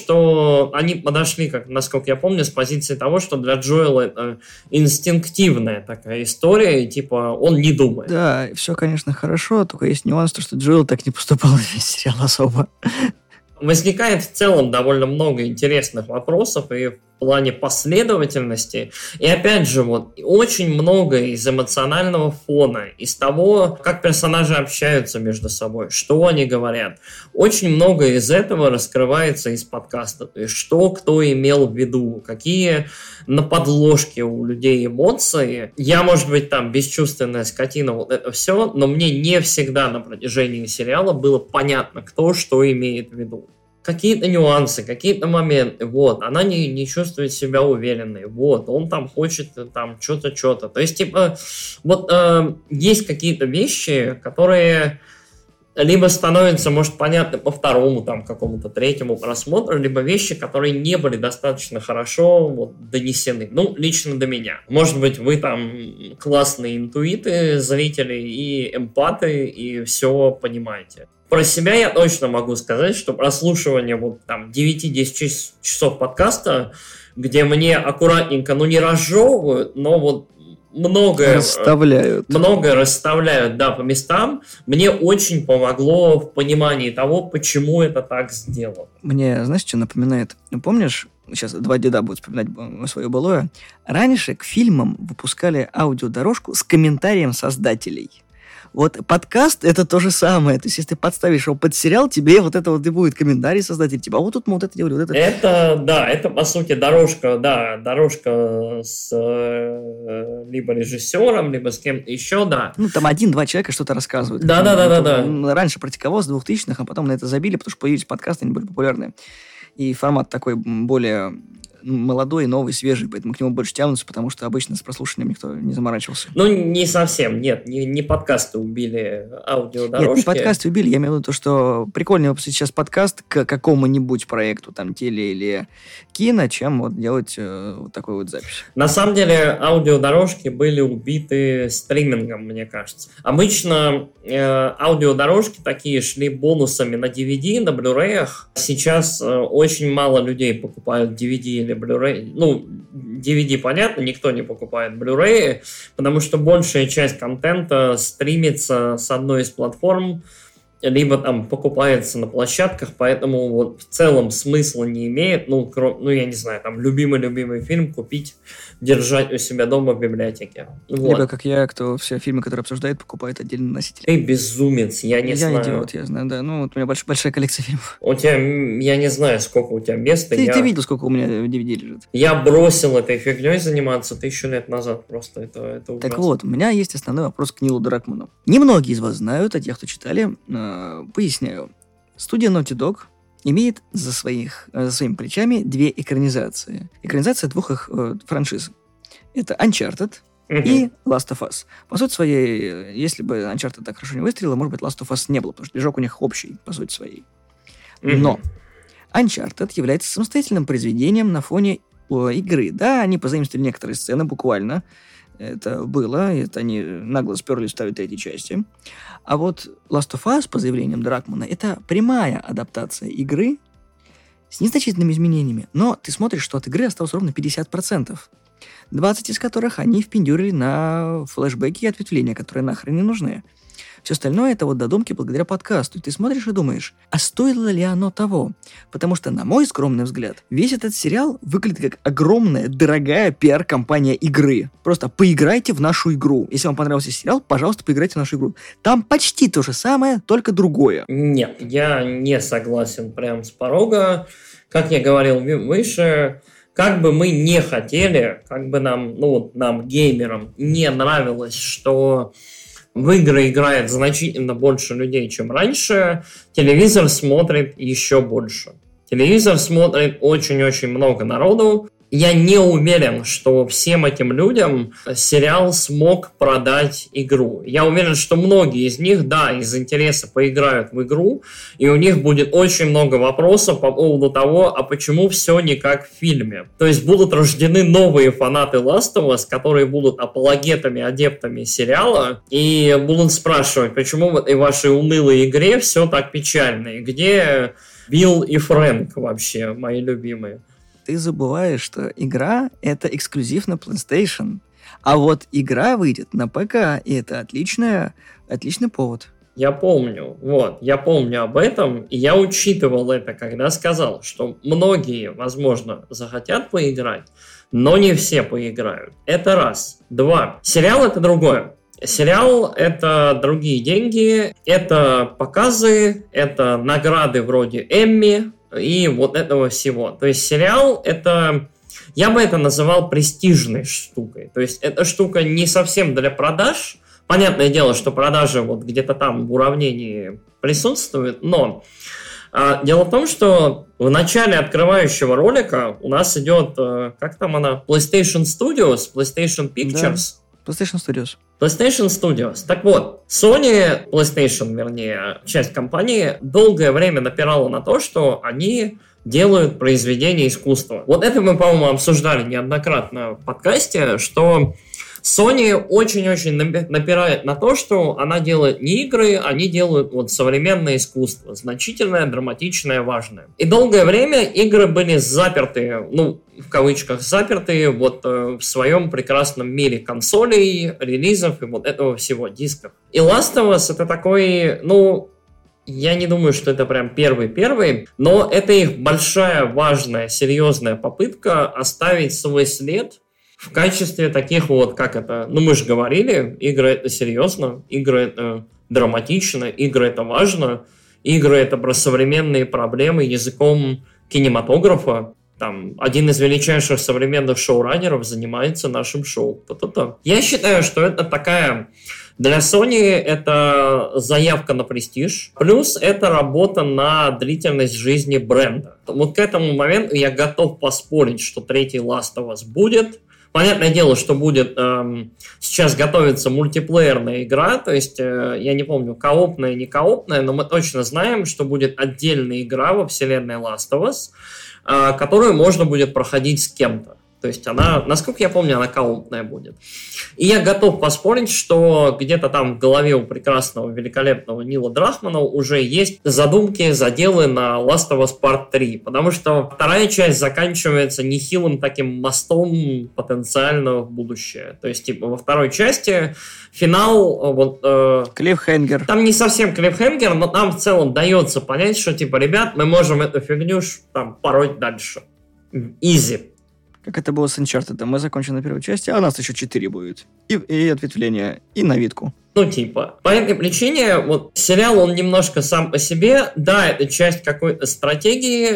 как, насколько я помню, с позиции того, что для Джоэла это инстинктивная такая история, и типа он не думает. Да, все, конечно, хорошо, только есть нюанс, что Джоэл так не поступал в весь сериал особо. Возникает в целом довольно много интересных вопросов, и в плане последовательности. И опять же, вот очень многое из эмоционального фона, из того, как персонажи общаются между собой, что они говорят. Очень многое из этого раскрывается из подкаста. То есть, что кто имел в виду, какие на подложке у людей эмоции. Я, может быть, там бесчувственная скотина, вот это все, но мне не всегда на протяжении сериала было понятно, кто что имеет в виду. Какие-то нюансы, какие-то моменты, вот, она не чувствует себя уверенной, вот, он там хочет там что-то. То есть, типа, вот есть какие-то вещи, которые либо становятся, может, понятны по второму, там, какому-то третьему просмотру, либо вещи, которые не были достаточно хорошо вот, донесены. Ну, лично до меня. Может быть, вы там классные интуиты, зрители и эмпаты, и все понимаете. Про себя я точно могу сказать, что прослушивание вот там 9-10 часов подкаста, где мне аккуратненько, ну не разжевывают, но вот многое расставляют, да, по местам, мне очень помогло в понимании того, почему это так сделано. Мне, знаешь, что напоминает? Помнишь, сейчас два деда будут вспоминать свое былое, раньше к фильмам выпускали аудиодорожку с комментарием создателей. Вот подкаст — это то же самое. То есть, если ты подставишь его под сериал, тебе вот это вот и будет комментарий создатель. Типа, а вот тут мы вот это делали, вот это. Это, по сути, дорожка с либо режиссером, либо с кем-то еще, да. Ну, там 1-2 человека что-то рассказывают. Да. Раньше практиковалось с 2000-х, а потом на это забили, потому что появились подкасты, они были популярны. И формат такой более молодой, новый, свежий, поэтому к нему больше тянутся, потому что обычно с прослушиванием никто не заморачивался. Ну, не совсем, нет, не подкасты убили аудиодорожки. Нет, не подкасты убили, я имею в виду то, что прикольнее выпустить сейчас подкаст к какому-нибудь проекту, там, теле или кино, чем вот делать вот такую вот запись. На самом деле, аудиодорожки были убиты стримингом, мне кажется. Обычно аудиодорожки такие шли бонусами на DVD, на Blu-ray. Сейчас очень мало людей покупают DVD или Blu-ray. Ну, DVD, понятно, никто не покупает Blu-ray, потому что большая часть контента стримится с одной из платформ, либо там покупается на площадках, поэтому вот в целом смысла не имеет, я не знаю, там любимый фильм купить, держать у себя дома в библиотеке. Вот. Либо, как я, кто все фильмы, которые обсуждает, покупает отдельный носитель. Ты безумец, я не знаю. Я идиот, я знаю, да. Ну, вот у меня большая коллекция фильмов. У тебя, я не знаю, сколько у тебя места. Ты видел, сколько у меня DVD лежит? Я бросил этой фигней заниматься 1000 лет назад просто. Это ужасно. Так вот, у меня есть основной вопрос к Нилу Дракману. Немногие из вас знают, а те, кто читали, поясняю. Студия Naughty Dog имеет за своими плечами 2 экранизации. Экранизация 2 их франшиз. Это Uncharted и Last of Us. По сути своей, если бы Uncharted так хорошо не выстрелила, может быть, Last of Us не было, потому что движок у них общий, по сути своей. Но Uncharted является самостоятельным произведением на фоне игры. Да, они позаимствовали некоторые сцены, буквально. Это было, это они нагло сперли ставить 3-й части. А вот Last of Us, по заявлениям Дракмана, это прямая адаптация игры с незначительными изменениями. Но ты смотришь, что от игры осталось ровно 50%. 20 из которых они впендюрили на флешбеки и ответвления, которые нахрен не нужны. Все остальное это вот додумки благодаря подкасту. И ты смотришь и думаешь, а стоило ли оно того? Потому что, на мой скромный взгляд, весь этот сериал выглядит как огромная, дорогая пиар-компания игры. Просто поиграйте в нашу игру. Если вам понравился сериал, пожалуйста, поиграйте в нашу игру. Там почти то же самое, только другое. Нет, я не согласен прям с порога. Как я говорил выше, как бы мы не хотели, как бы нам, геймерам, не нравилось, что в игры играет значительно больше людей, чем раньше, телевизор смотрит еще больше. Телевизор смотрит очень-очень много народу. Я не уверен, что всем этим людям сериал смог продать игру. Я уверен, что многие из них, да, из интереса поиграют в игру, и у них будет очень много вопросов по поводу того, а почему все не как в фильме. То есть будут рождены новые фанаты Last of Us, которые будут апологетами, адептами сериала, и будут спрашивать, почему в этой вашей унылой игре все так печально, и где Билл и Фрэнк вообще, мои любимые. Ты забываешь, что игра — это эксклюзив на PlayStation. А вот игра выйдет на ПК, и это отличный повод. Я помню, я помню об этом, и я учитывал это, когда сказал, что многие, возможно, захотят поиграть, но не все поиграют. Это раз. Два. Сериал — это другое. Сериал — это другие деньги, это показы, это награды вроде Эмми и вот этого всего. То есть сериал — это... Я бы это называл престижной штукой. То есть эта штука не совсем для продаж. Понятное дело, что продажи вот где-то там в уравнении присутствуют, но дело в том, что в начале открывающего ролика у нас идет, как там она, PlayStation Studios, PlayStation Pictures. Да, PlayStation Studios. PlayStation Studios. Так вот, Sony, PlayStation, вернее, часть компании, долгое время напирала на то, что они делают произведения искусства. Вот это мы, по-моему, обсуждали неоднократно в подкасте, что Sony очень-очень напирает на то, что она делает не игры, они делают вот современное искусство, значительное, драматичное, важное. И долгое время игры были заперты, в кавычках заперты, вот в своем прекрасном мире консолей, релизов и вот этого всего, дисков. И Last of Us — это такой, я не думаю, что это прям первый-первый, но это их большая, важная, серьезная попытка оставить свой след в качестве таких вот, как это, мы же говорили, игры — это серьезно, игры — это драматично, игры — это важно, игры — это про современные проблемы языком кинематографа. Там один из величайших современных шоураннеров занимается нашим шоу. Я считаю, что это такая... Для Sony это заявка на престиж, плюс это работа на длительность жизни бренда. Вот к этому моменту я готов поспорить, что третий Last of Us будет. Понятное дело, что будет сейчас готовится мультиплеерная игра, то есть я не помню, коопная, не коопная, но мы точно знаем, что будет отдельная игра во вселенной Last of Us, которую можно будет проходить с кем-то. То есть она, насколько я помню, она коопная будет. И я готов поспорить, что где-то там в голове у прекрасного, великолепного Нила Дракмана уже есть задумки, заделы на Last of Us Part 3. Потому что вторая часть заканчивается нехилым таким мостом потенциально в будущее. То есть, во второй части финал... Клиффхенгер. Там не совсем клиффхенгер, но там в целом дается понять, что ребят, мы можем эту фигню там пороть дальше. Изи. Как это было с Uncharted. Мы закончим на первой части, а у нас еще 4 будет. И ответвление, и навидку. По этой причине, сериал, он немножко сам по себе, да, это часть какой-то стратегии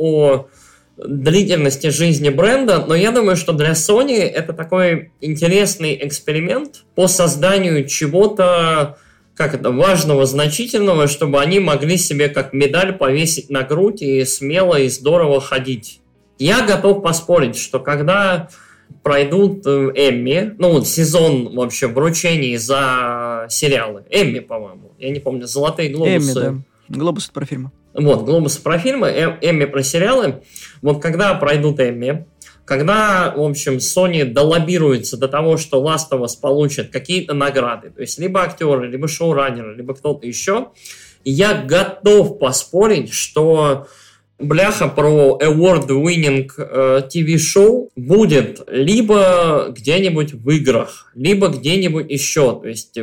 о длительности жизни бренда, но я думаю, что для Sony это такой интересный эксперимент по созданию чего-то, важного, значительного, чтобы они могли себе как медаль повесить на грудь и смело и здорово ходить. Я готов поспорить, что когда пройдут Эмми, сезон вообще вручений за сериалы, Эмми, по-моему, я не помню, «Золотые глобусы». Эмми, да. Глобусы про фильмы. Глобусы про фильмы, Эмми про сериалы. Когда пройдут Эмми, когда, в общем, Sony долоббируется до того, что Last of Us получит какие-то награды, то есть либо актеры, либо шоураннеры, либо кто-то еще, я готов поспорить, что... Бляха про award-winning TV-шоу будет либо где-нибудь в играх, либо где-нибудь еще. То есть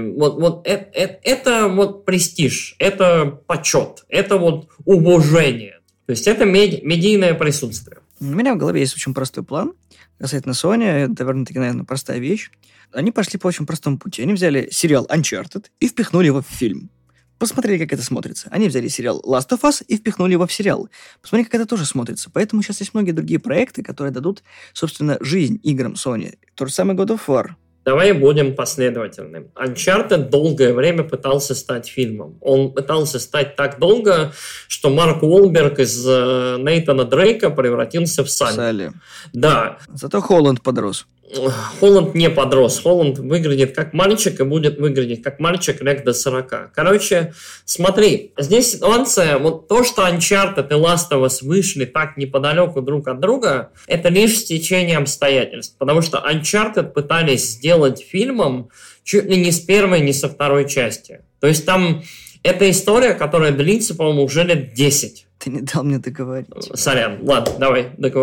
это престиж, это почет, это уважение. То есть это медийное присутствие. У меня в голове есть очень простой план касательно Sony. Это довольно-таки, наверное, простая вещь. Они пошли по очень простому пути. Они взяли сериал Uncharted и впихнули его в фильм. Посмотрели, как это смотрится. Они взяли сериал Last of Us и впихнули его в сериал. Посмотрели, как это тоже смотрится. Поэтому сейчас есть многие другие проекты, которые дадут, собственно, жизнь играм Sony. То же самое God of War. Давай будем последовательны. Uncharted долгое время пытался стать фильмом. Он пытался стать так долго, что Марк Уолберг из Нейтана Дрейка превратился в Салли. Да. Зато Холланд подрос. Холланд не подрос. Холланд выглядит как мальчик и будет выглядеть как мальчик лет до 40. Короче, смотри, здесь ситуация, то, что Uncharted и Last of Us вышли так неподалеку друг от друга, это лишь стечение обстоятельств. Потому что Uncharted пытались сделать фильмом чуть ли не с первой, не со второй части. То есть там это история, которая длится, по-моему, уже лет 10. Ты не дал мне договорить. Сорян, ладно, давай, договори.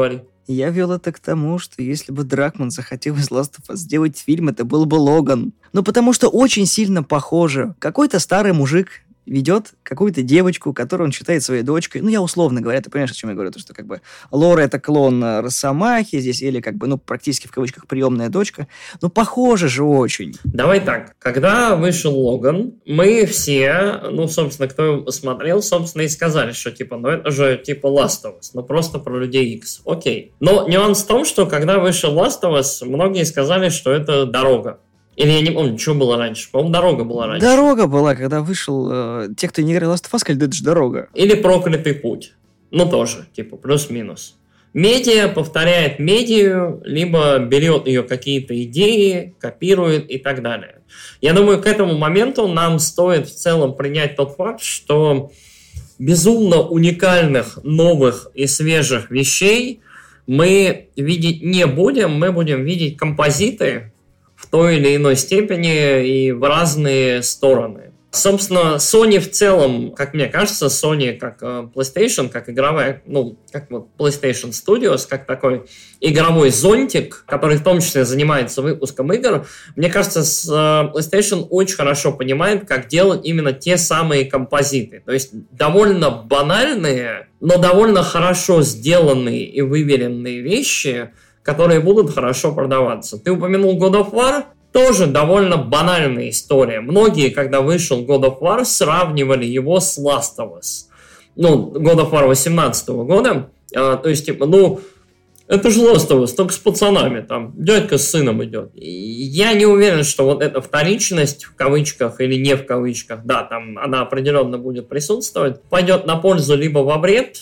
Я вел это к тому, что если бы Дракман захотел из Last of Us сделать фильм, это был бы Логан. Ну, потому что очень сильно похоже. Какой-то старый мужик ведет какую-то девочку, которую он считает своей дочкой. Ну, я условно говоря, ты понимаешь, о чем я говорю? То, что как бы Лора — это клон Росомахи здесь, или как бы, ну, практически в кавычках приемная дочка. Ну, похоже же очень. Давай так. Когда вышел Логан, мы все, ну, собственно, кто его посмотрел, собственно, и сказали, что, типа, ну, это же, типа, Last of Us, ну, просто про Людей Икс. Окей. Но нюанс в том, что, когда вышел Last of Us, многие сказали, что это дорога. Или я не помню, что было раньше. По-моему, дорога была раньше. Дорога была, когда вышел... те, кто не играл в Last of Us, сказали, да это же дорога. Или проклятый путь. Ну, тоже, типа, плюс-минус. Медиа повторяет медию, либо берет ее какие-то идеи, копирует и так далее. Я думаю, к этому моменту нам стоит в целом принять тот факт, что безумно уникальных, новых и свежих вещей мы видеть не будем. Мы будем видеть композиты в той или иной степени и в разные стороны. Собственно, Sony в целом, как мне кажется, Sony как PlayStation, как игровая, ну, как вот PlayStation Studios, как такой игровой зонтик, который в том числе занимается выпуском игр, мне кажется, PlayStation очень хорошо понимает, как делать именно те самые композиты. То есть довольно банальные, но довольно хорошо сделанные и выверенные вещи, которые будут хорошо продаваться. Ты упомянул God of War, тоже довольно банальная история. Многие, когда вышел God of War, сравнивали его с Last of Us. Ну, God of War 2018 года. То есть, типа, ну, это же Last of Us, только с пацанами. Там дядька с сыном идет. И я не уверен, что вот эта вторичность, в кавычках или не в кавычках, да, там она определенно будет присутствовать, пойдет на пользу либо во вред.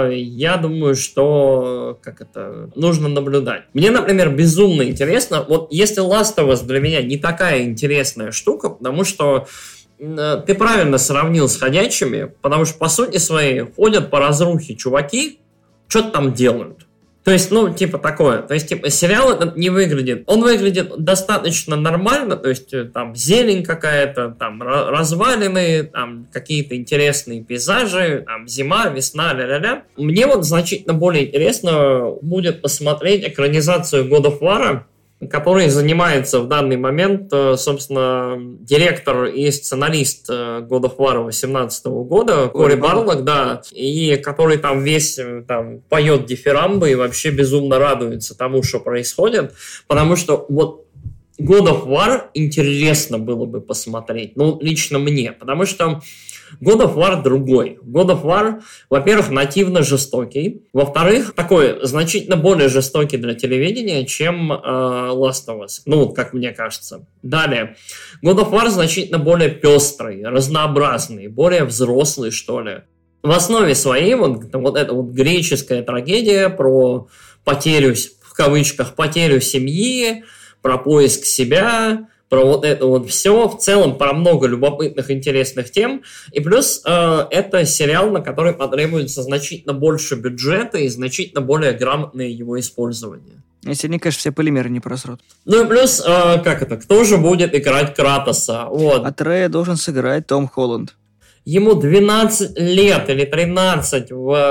Я думаю, что нужно наблюдать. Мне, например, безумно интересно, вот если Last of Us для меня не такая интересная штука, потому что ты правильно сравнил с ходячими, потому что, по сути своей, ходят по разрухе чуваки, что-то там делают. То есть, ну, типа такое. То есть, типа, сериал этот не выглядит. Он выглядит достаточно нормально, то есть, там, зелень какая-то, там, развалины, там, какие-то интересные пейзажи, там, зима, весна, ля-ля-ля. Мне вот значительно более интересно будет посмотреть экранизацию God of War, который занимается в данный момент, собственно, директор и сценарист God of War 2018 года, Кори Барлок, да, и который там весь там поет дифирамбы и вообще безумно радуется тому, что происходит, потому что вот God of War интересно было бы посмотреть, ну, лично мне, потому что God of War другой. God of War, во-первых, нативно жестокий. Во-вторых, такой значительно более жестокий для телевидения, чем Last of Us. Ну, как мне кажется. Далее. God of War значительно более пестрый, разнообразный, более взрослый, что ли. В основе своей вот эта вот греческая трагедия про потерю, в кавычках, потерю семьи, про поиск себя, про вот это вот все, в целом про много любопытных, интересных тем. И плюс это сериал, на который потребуется значительно больше бюджета и значительно более грамотное его использование. Если они, конечно, все полимеры не просрут. Ну и плюс, кто же будет играть Кратоса? Вот. А Трея должен сыграть Том Холланд. Ему 12 лет или 13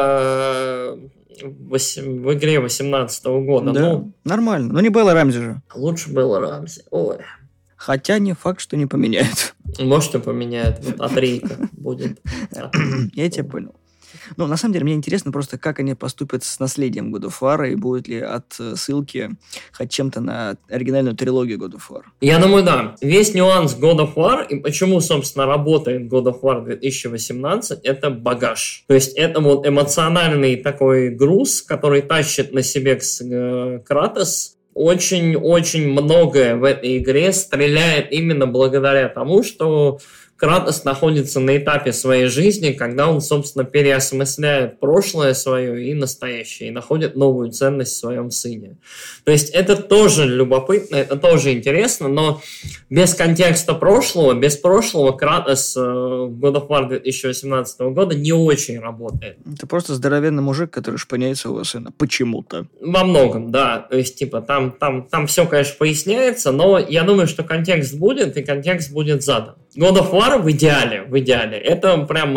в игре 18 года. Да, ну, нормально. Но не Белла Рамзи же. Лучше было Рамзи. Ой. Хотя не факт, что не поменяют. Может, и поменяют. Вот от Рейка будет. Я тебя понял. Ну, на самом деле, мне интересно просто, как они поступят с наследием God of War, и будут ли отсылки хоть чем-то на оригинальную трилогию God of War. Я думаю, да. Весь нюанс God of War, и почему, собственно, работает God of War 2018, это багаж. То есть, это вот эмоциональный такой груз, который тащит на себе Кратос. Очень-очень многое в этой игре стреляет именно благодаря тому, что Кратос находится на этапе своей жизни, когда он, собственно, переосмысляет прошлое свое и настоящее, и находит новую ценность в своем сыне. То есть это тоже любопытно, это тоже интересно, но без контекста прошлого, без прошлого Кратос God of War 2018 года не очень работает. Это просто здоровенный мужик, который шпыняет своего сына. Почему-то. Во многом, да. То есть, типа, там все, конечно, поясняется, но я думаю, что контекст будет, и контекст будет задан. God of War в идеале. Это прям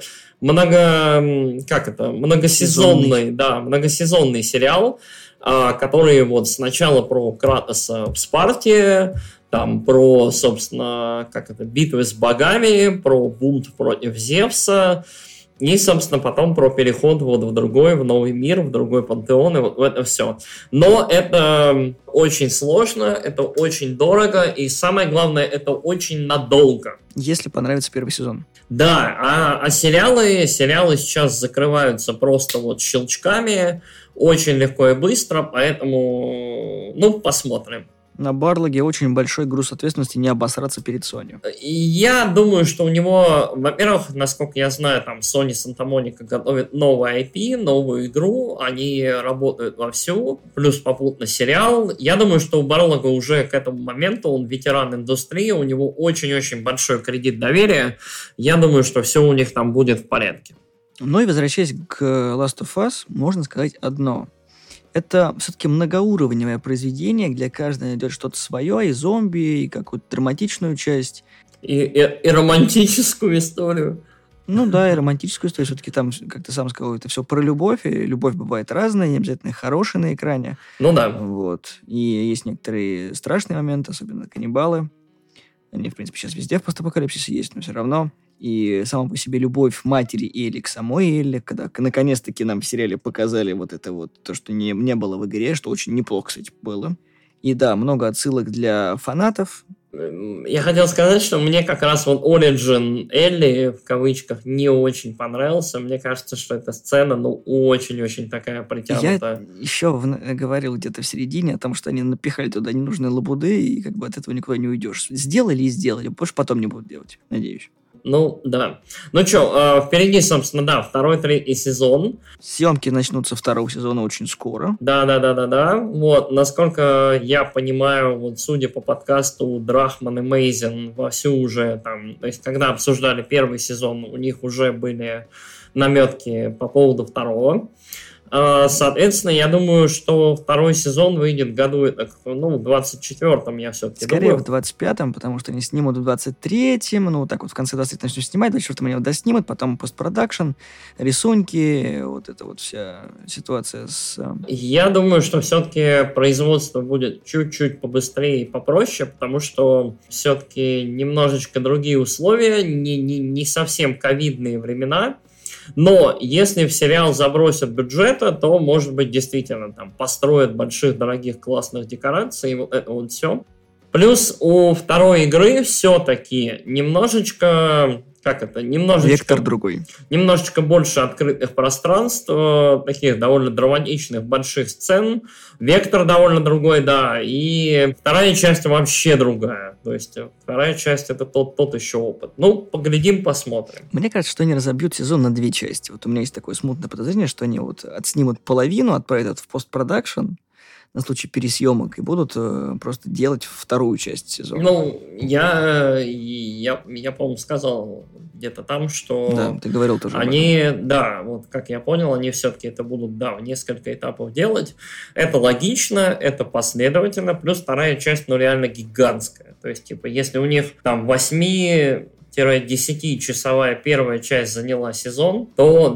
многосезонный сериал, который вот сначала про Кратоса в Спарте, там про, собственно, битвы с богами, про бунт против Зевса, и, собственно, потом про переход вот в новый мир, в другой пантеон, и вот это все. Но это очень сложно, это очень дорого, и самое главное, это очень надолго. Если понравится первый сезон. Да, а сериалы сейчас закрываются просто вот щелчками, очень легко и быстро, поэтому, посмотрим. На Барлоге очень большой груз ответственности не обосраться перед Sony. Я думаю, что у него, во-первых, насколько я знаю, там Sony Santa Monica готовит новый IP, новую игру, они работают вовсю, плюс попутно сериал. Я думаю, что у Барлога уже к этому моменту, он ветеран индустрии, у него очень-очень большой кредит доверия. Я думаю, что все у них там будет в порядке. Ну и возвращаясь к Last of Us, можно сказать одно. Это все-таки многоуровневое произведение, где каждый найдет что-то свое, и зомби, и какую-то драматичную часть. И романтическую историю. Ну да, и романтическую историю. Все-таки там, как ты сам сказал, это все про любовь, и любовь бывает разная, не обязательно хорошая на экране. Ну да. Вот. И есть некоторые страшные моменты, особенно каннибалы. Они, в принципе, сейчас везде в постапокалипсисе есть, но все равно. И сама по себе любовь матери Элли к самой Элли, когда наконец-таки нам в сериале показали вот это вот, то, что не было в игре, что очень неплохо, кстати, было. И да, много отсылок для фанатов. Я хотел сказать, что мне как раз вот Origin Элли, в кавычках, не очень понравился. Мне кажется, что эта сцена, очень-очень такая притянутая. Я еще говорил где-то в середине о том, что они напихали туда ненужные лабуды, и как бы от этого никуда не уйдешь. Сделали и сделали, больше потом не будут делать, надеюсь. Ну, да. Ну что, впереди, собственно, да, 2-3 сезон. Съемки начнутся 2 сезона очень скоро. Да. Вот, насколько я понимаю, вот судя по подкасту Драхман и Мейзен вовсю уже там, то есть, когда обсуждали 1 сезон, у них уже были наметки по поводу 2. Соответственно, я думаю, что 2 сезон выйдет году, в 24-м, я все-таки Скорее думаю. в 25-м, потому что они снимут в 23-м, так вот в конце 23-м начнут снимать, в 24-м они его доснимут, потом постпродакшн, рисунки, вот эта вот вся ситуация с... Я думаю, что все-таки производство будет чуть-чуть побыстрее и попроще, потому что все-таки немножечко другие условия, не совсем ковидные времена. Но если в сериал забросят бюджета, то, может быть, действительно там построят больших, дорогих, классных декораций, и вот это вот все. Плюс у 2 игры все-таки немножечко... Вектор другой. Немножечко больше открытых пространств, таких довольно драматичных, больших сцен. Вектор довольно другой, да. И 2 часть вообще другая. То есть 2 часть это тот еще опыт. Поглядим, посмотрим. Мне кажется, что они разобьют сезон на 2 части. Вот у меня есть такое смутное подозрение, что они вот отснимут половину, отправят в постпродакшн на случай пересъемок и будут просто делать 2 часть сезона. Я по-моему, сказал где-то там, что... Да, ты говорил тоже. Они, да, вот как я понял, они все-таки это будут, в несколько этапов делать. Это логично, это последовательно, плюс 2 часть, реально гигантская. То есть, если у них там 8-10-часовая 1 часть заняла сезон, то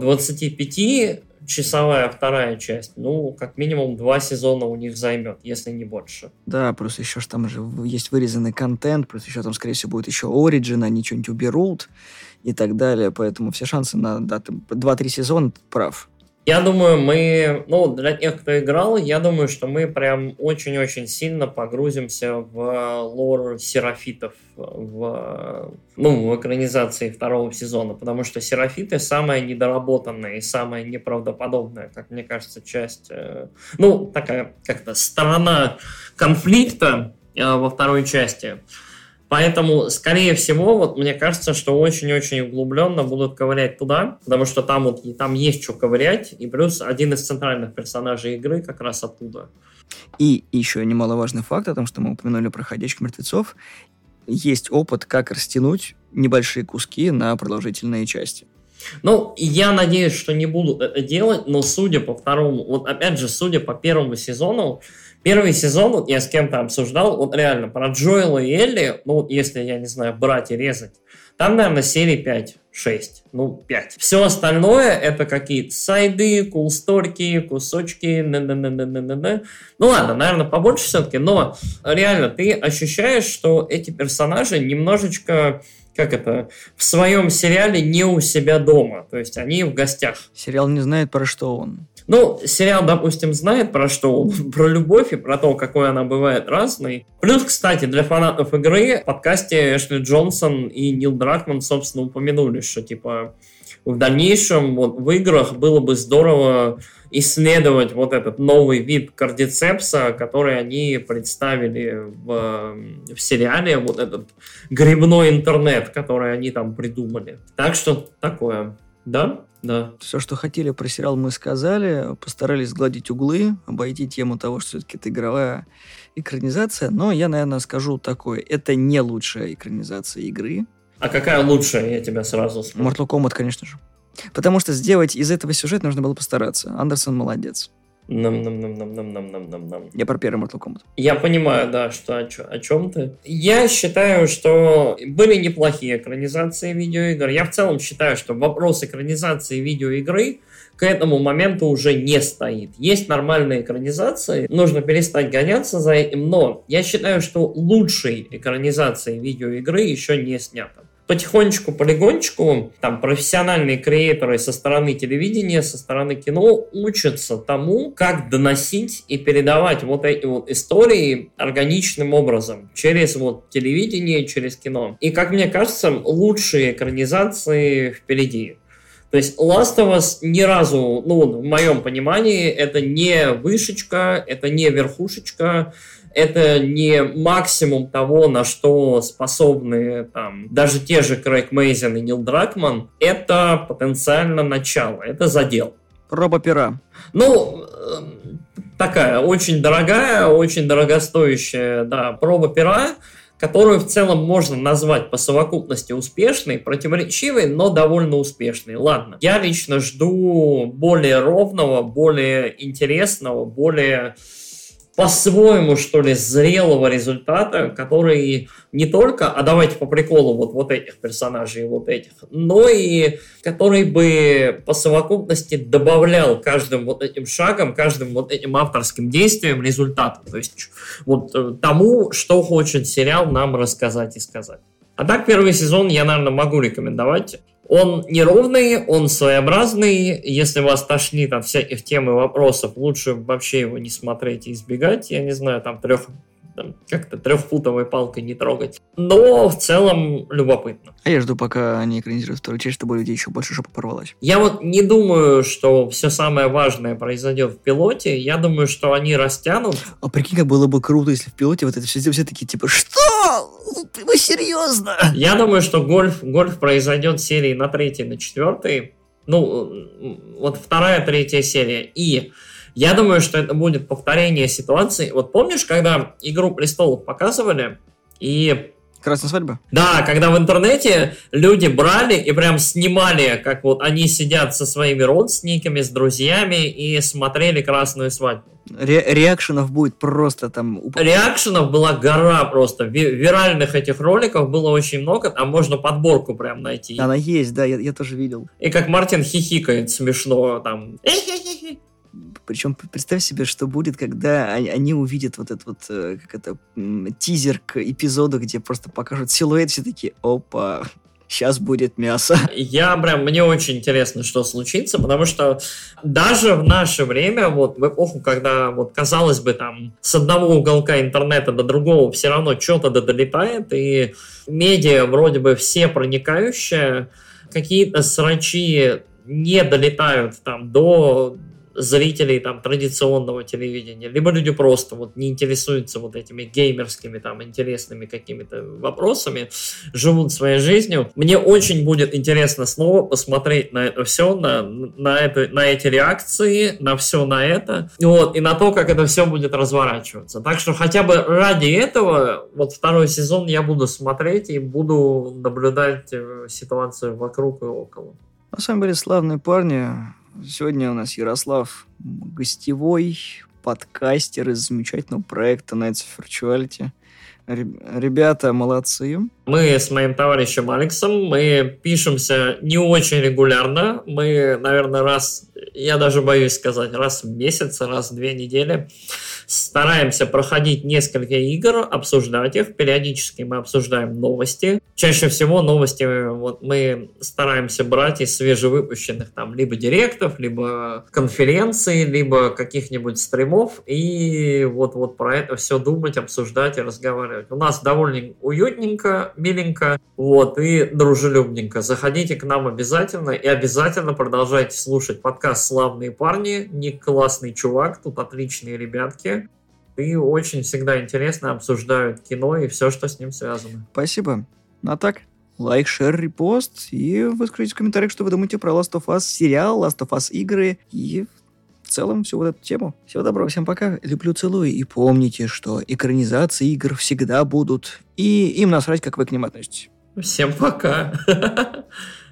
25-часовая 2 часть, как минимум 2 сезона у них займет, если не больше. Да, плюс еще там же есть вырезанный контент, плюс еще там, скорее всего, будет еще Origin, они что-нибудь уберут и так далее, поэтому все шансы на 2-3 сезона, ты прав. Я думаю, мы, для тех, кто играл, я думаю, что мы прям очень-очень сильно погрузимся в лор серафитов в экранизации 2 сезона, потому что серафиты самая недоработанная и самая неправдоподобная, как мне кажется, часть, такая как-то сторона конфликта во 2 части. Поэтому, скорее всего, мне кажется, что очень-очень углубленно будут ковырять туда, потому что там есть что ковырять, и плюс один из центральных персонажей игры как раз оттуда. И еще немаловажный факт о том, что мы упомянули про «Ходячих мертвецов», есть опыт, как растянуть небольшие куски на продолжительные части. Ну, я надеюсь, что не будут это делать, но судя по второму, вот опять же, судя по первому сезону, первый сезон, вот я с кем-то обсуждал, вот реально, про Джоэла и Элли, ну, вот если, я не знаю, брать и резать, там, наверное, серий 5-6, ну, 5. Все остальное это какие-то сайды, кулсторки, кусочки, ну, ладно, наверное, побольше все-таки, но реально ты ощущаешь, что эти персонажи немножечко... Как это, в своем сериале не у себя дома, то есть они в гостях. Сериал не знает, про что он. Ну, сериал, допустим, знает про что он, про любовь и про то, какой она бывает разной. Плюс, кстати, для фанатов игры в подкасте Эшли Джонсон и Нил Дракман, собственно, упомянули, что, типа, в дальнейшем вот, в играх было бы здорово исследовать вот этот новый вид кардицепса, который они представили в сериале, вот этот грибной интернет, который они там придумали. Так что такое. Да? Да. Все, что хотели про сериал, мы сказали. Постарались сгладить углы, обойти тему того, что все-таки это игровая экранизация. Но я, наверное, скажу такое. Это не лучшая экранизация игры. А какая лучшая, я тебя сразу скажу? Mortal Kombat, конечно же. Потому что сделать из этого сюжет нужно было постараться. Андерсон молодец. Я про первый Mortal Kombat. Я понимаю, да, что о чем ты. Я считаю, что были неплохие экранизации видеоигр. Я в целом считаю, что вопрос экранизации видеоигры к этому моменту уже не стоит. Есть нормальные экранизации, нужно перестать гоняться за этим, но я считаю, что лучшей экранизации видеоигры еще не снято. Потихонечку, полигончику, там профессиональные креаторы со стороны телевидения, со стороны кино учатся тому, как доносить и передавать вот эти вот истории органичным образом через вот телевидение, через кино. И, как мне кажется, лучшие экранизации впереди. То есть Last of Us ни разу, ну, в моем понимании, это не вышечка, это не верхушечка, это не максимум того, на что способны там, даже те же Крейг Мейзин и Нил Дракман. Это потенциально начало, это задел. Проба пера. Ну, такая очень дорогая, очень дорогостоящая, да, проба пера, которую в целом можно назвать по совокупности успешной, противоречивой, но довольно успешной. Ладно, я лично жду более ровного, более интересного, более по-своему, что ли, зрелого результата, который не только, а давайте по приколу вот этих персонажей, вот этих, но и который бы по совокупности добавлял каждым вот этим шагом, каждым вот этим авторским действием результата. То есть вот тому, что хочет сериал нам рассказать и сказать. А так, первый сезон я, наверное, могу рекомендовать. Он неровный, он своеобразный. Если вас тошнит от всяких тем и вопросов, лучше вообще его не смотреть и избегать. Я не знаю, там трехфутовой палкой не трогать. Но в целом любопытно. А я жду, пока они экранизируют вторую часть, чтобы у людей еще больше жопа порвалась. Я вот не думаю, что все самое важное произойдет в пилоте. Я думаю, что они растянут. А прикинь, как было бы круто, если в пилоте вот это все такие, типа, что? Вы серьезно? Я думаю, что гольф произойдет в серии на 3-й, на 4-й. Ну, вот 2-я, 3-я серия. И я думаю, что это будет повторение ситуации. Вот помнишь, когда «Игру престолов» показывали, и... «Красная свадьба»? Да, когда в интернете люди брали и прям снимали, как вот они сидят со своими родственниками, с друзьями и смотрели «Красную свадьбу». Реакшенов будет просто там... Реакшенов была гора просто. Виральных этих роликов было очень много. Там можно подборку прям найти. Она есть, да, я тоже видел. И как Мартин хихикает смешно там. Причем представь себе, что будет, когда они увидят вот этот вот, тизер к эпизоду, где просто покажут силуэт, все такие, опа, сейчас будет мясо. Мне очень интересно, что случится, потому что даже в наше время, вот в эпоху, когда, вот казалось бы, там, с одного уголка интернета до другого все равно что-то долетает, и медиа вроде бы все проникающие, какие-то срачи не долетают там до зрителей там традиционного телевидения, либо люди просто вот не интересуются вот этими геймерскими там интересными какими-то вопросами, живут своей жизнью. Мне очень будет интересно снова посмотреть на это все, на эти реакции, на все на это, вот, и на то, как это все будет разворачиваться. Так что хотя бы ради этого вот 2-й сезон я буду смотреть и буду наблюдать ситуацию вокруг и около. На самом деле, славные парни. Сегодня у нас Ярослав гостевой подкастер из замечательного проекта Nights of Virtuality. Ребята молодцы. Мы с моим товарищем Алексом, мы пишемся не очень регулярно. Мы, наверное, я даже боюсь сказать, раз в месяц, раз в 2 недели стараемся проходить несколько игр, обсуждать их. Периодически мы обсуждаем новости. Чаще всего новости мы стараемся брать из свежевыпущенных там либо директов, либо конференций, либо каких-нибудь стримов. И вот про это все думать, обсуждать и разговаривать. У нас довольно уютненько, миленько, и дружелюбненько. Заходите к нам обязательно и обязательно продолжайте слушать подкаст «Славные парни». Ник классный чувак, тут отличные ребятки. И очень всегда интересно обсуждают кино и все, что с ним связано. Спасибо. А так, лайк, шер, репост. И выскажите в комментариях, что вы думаете про Last of Us сериал, Last of Us игры и в целом всю эту тему. Всего доброго, всем пока. Люблю, целую. И помните, что экранизации игр всегда будут. И им насрать, как вы к ним относитесь. Всем пока.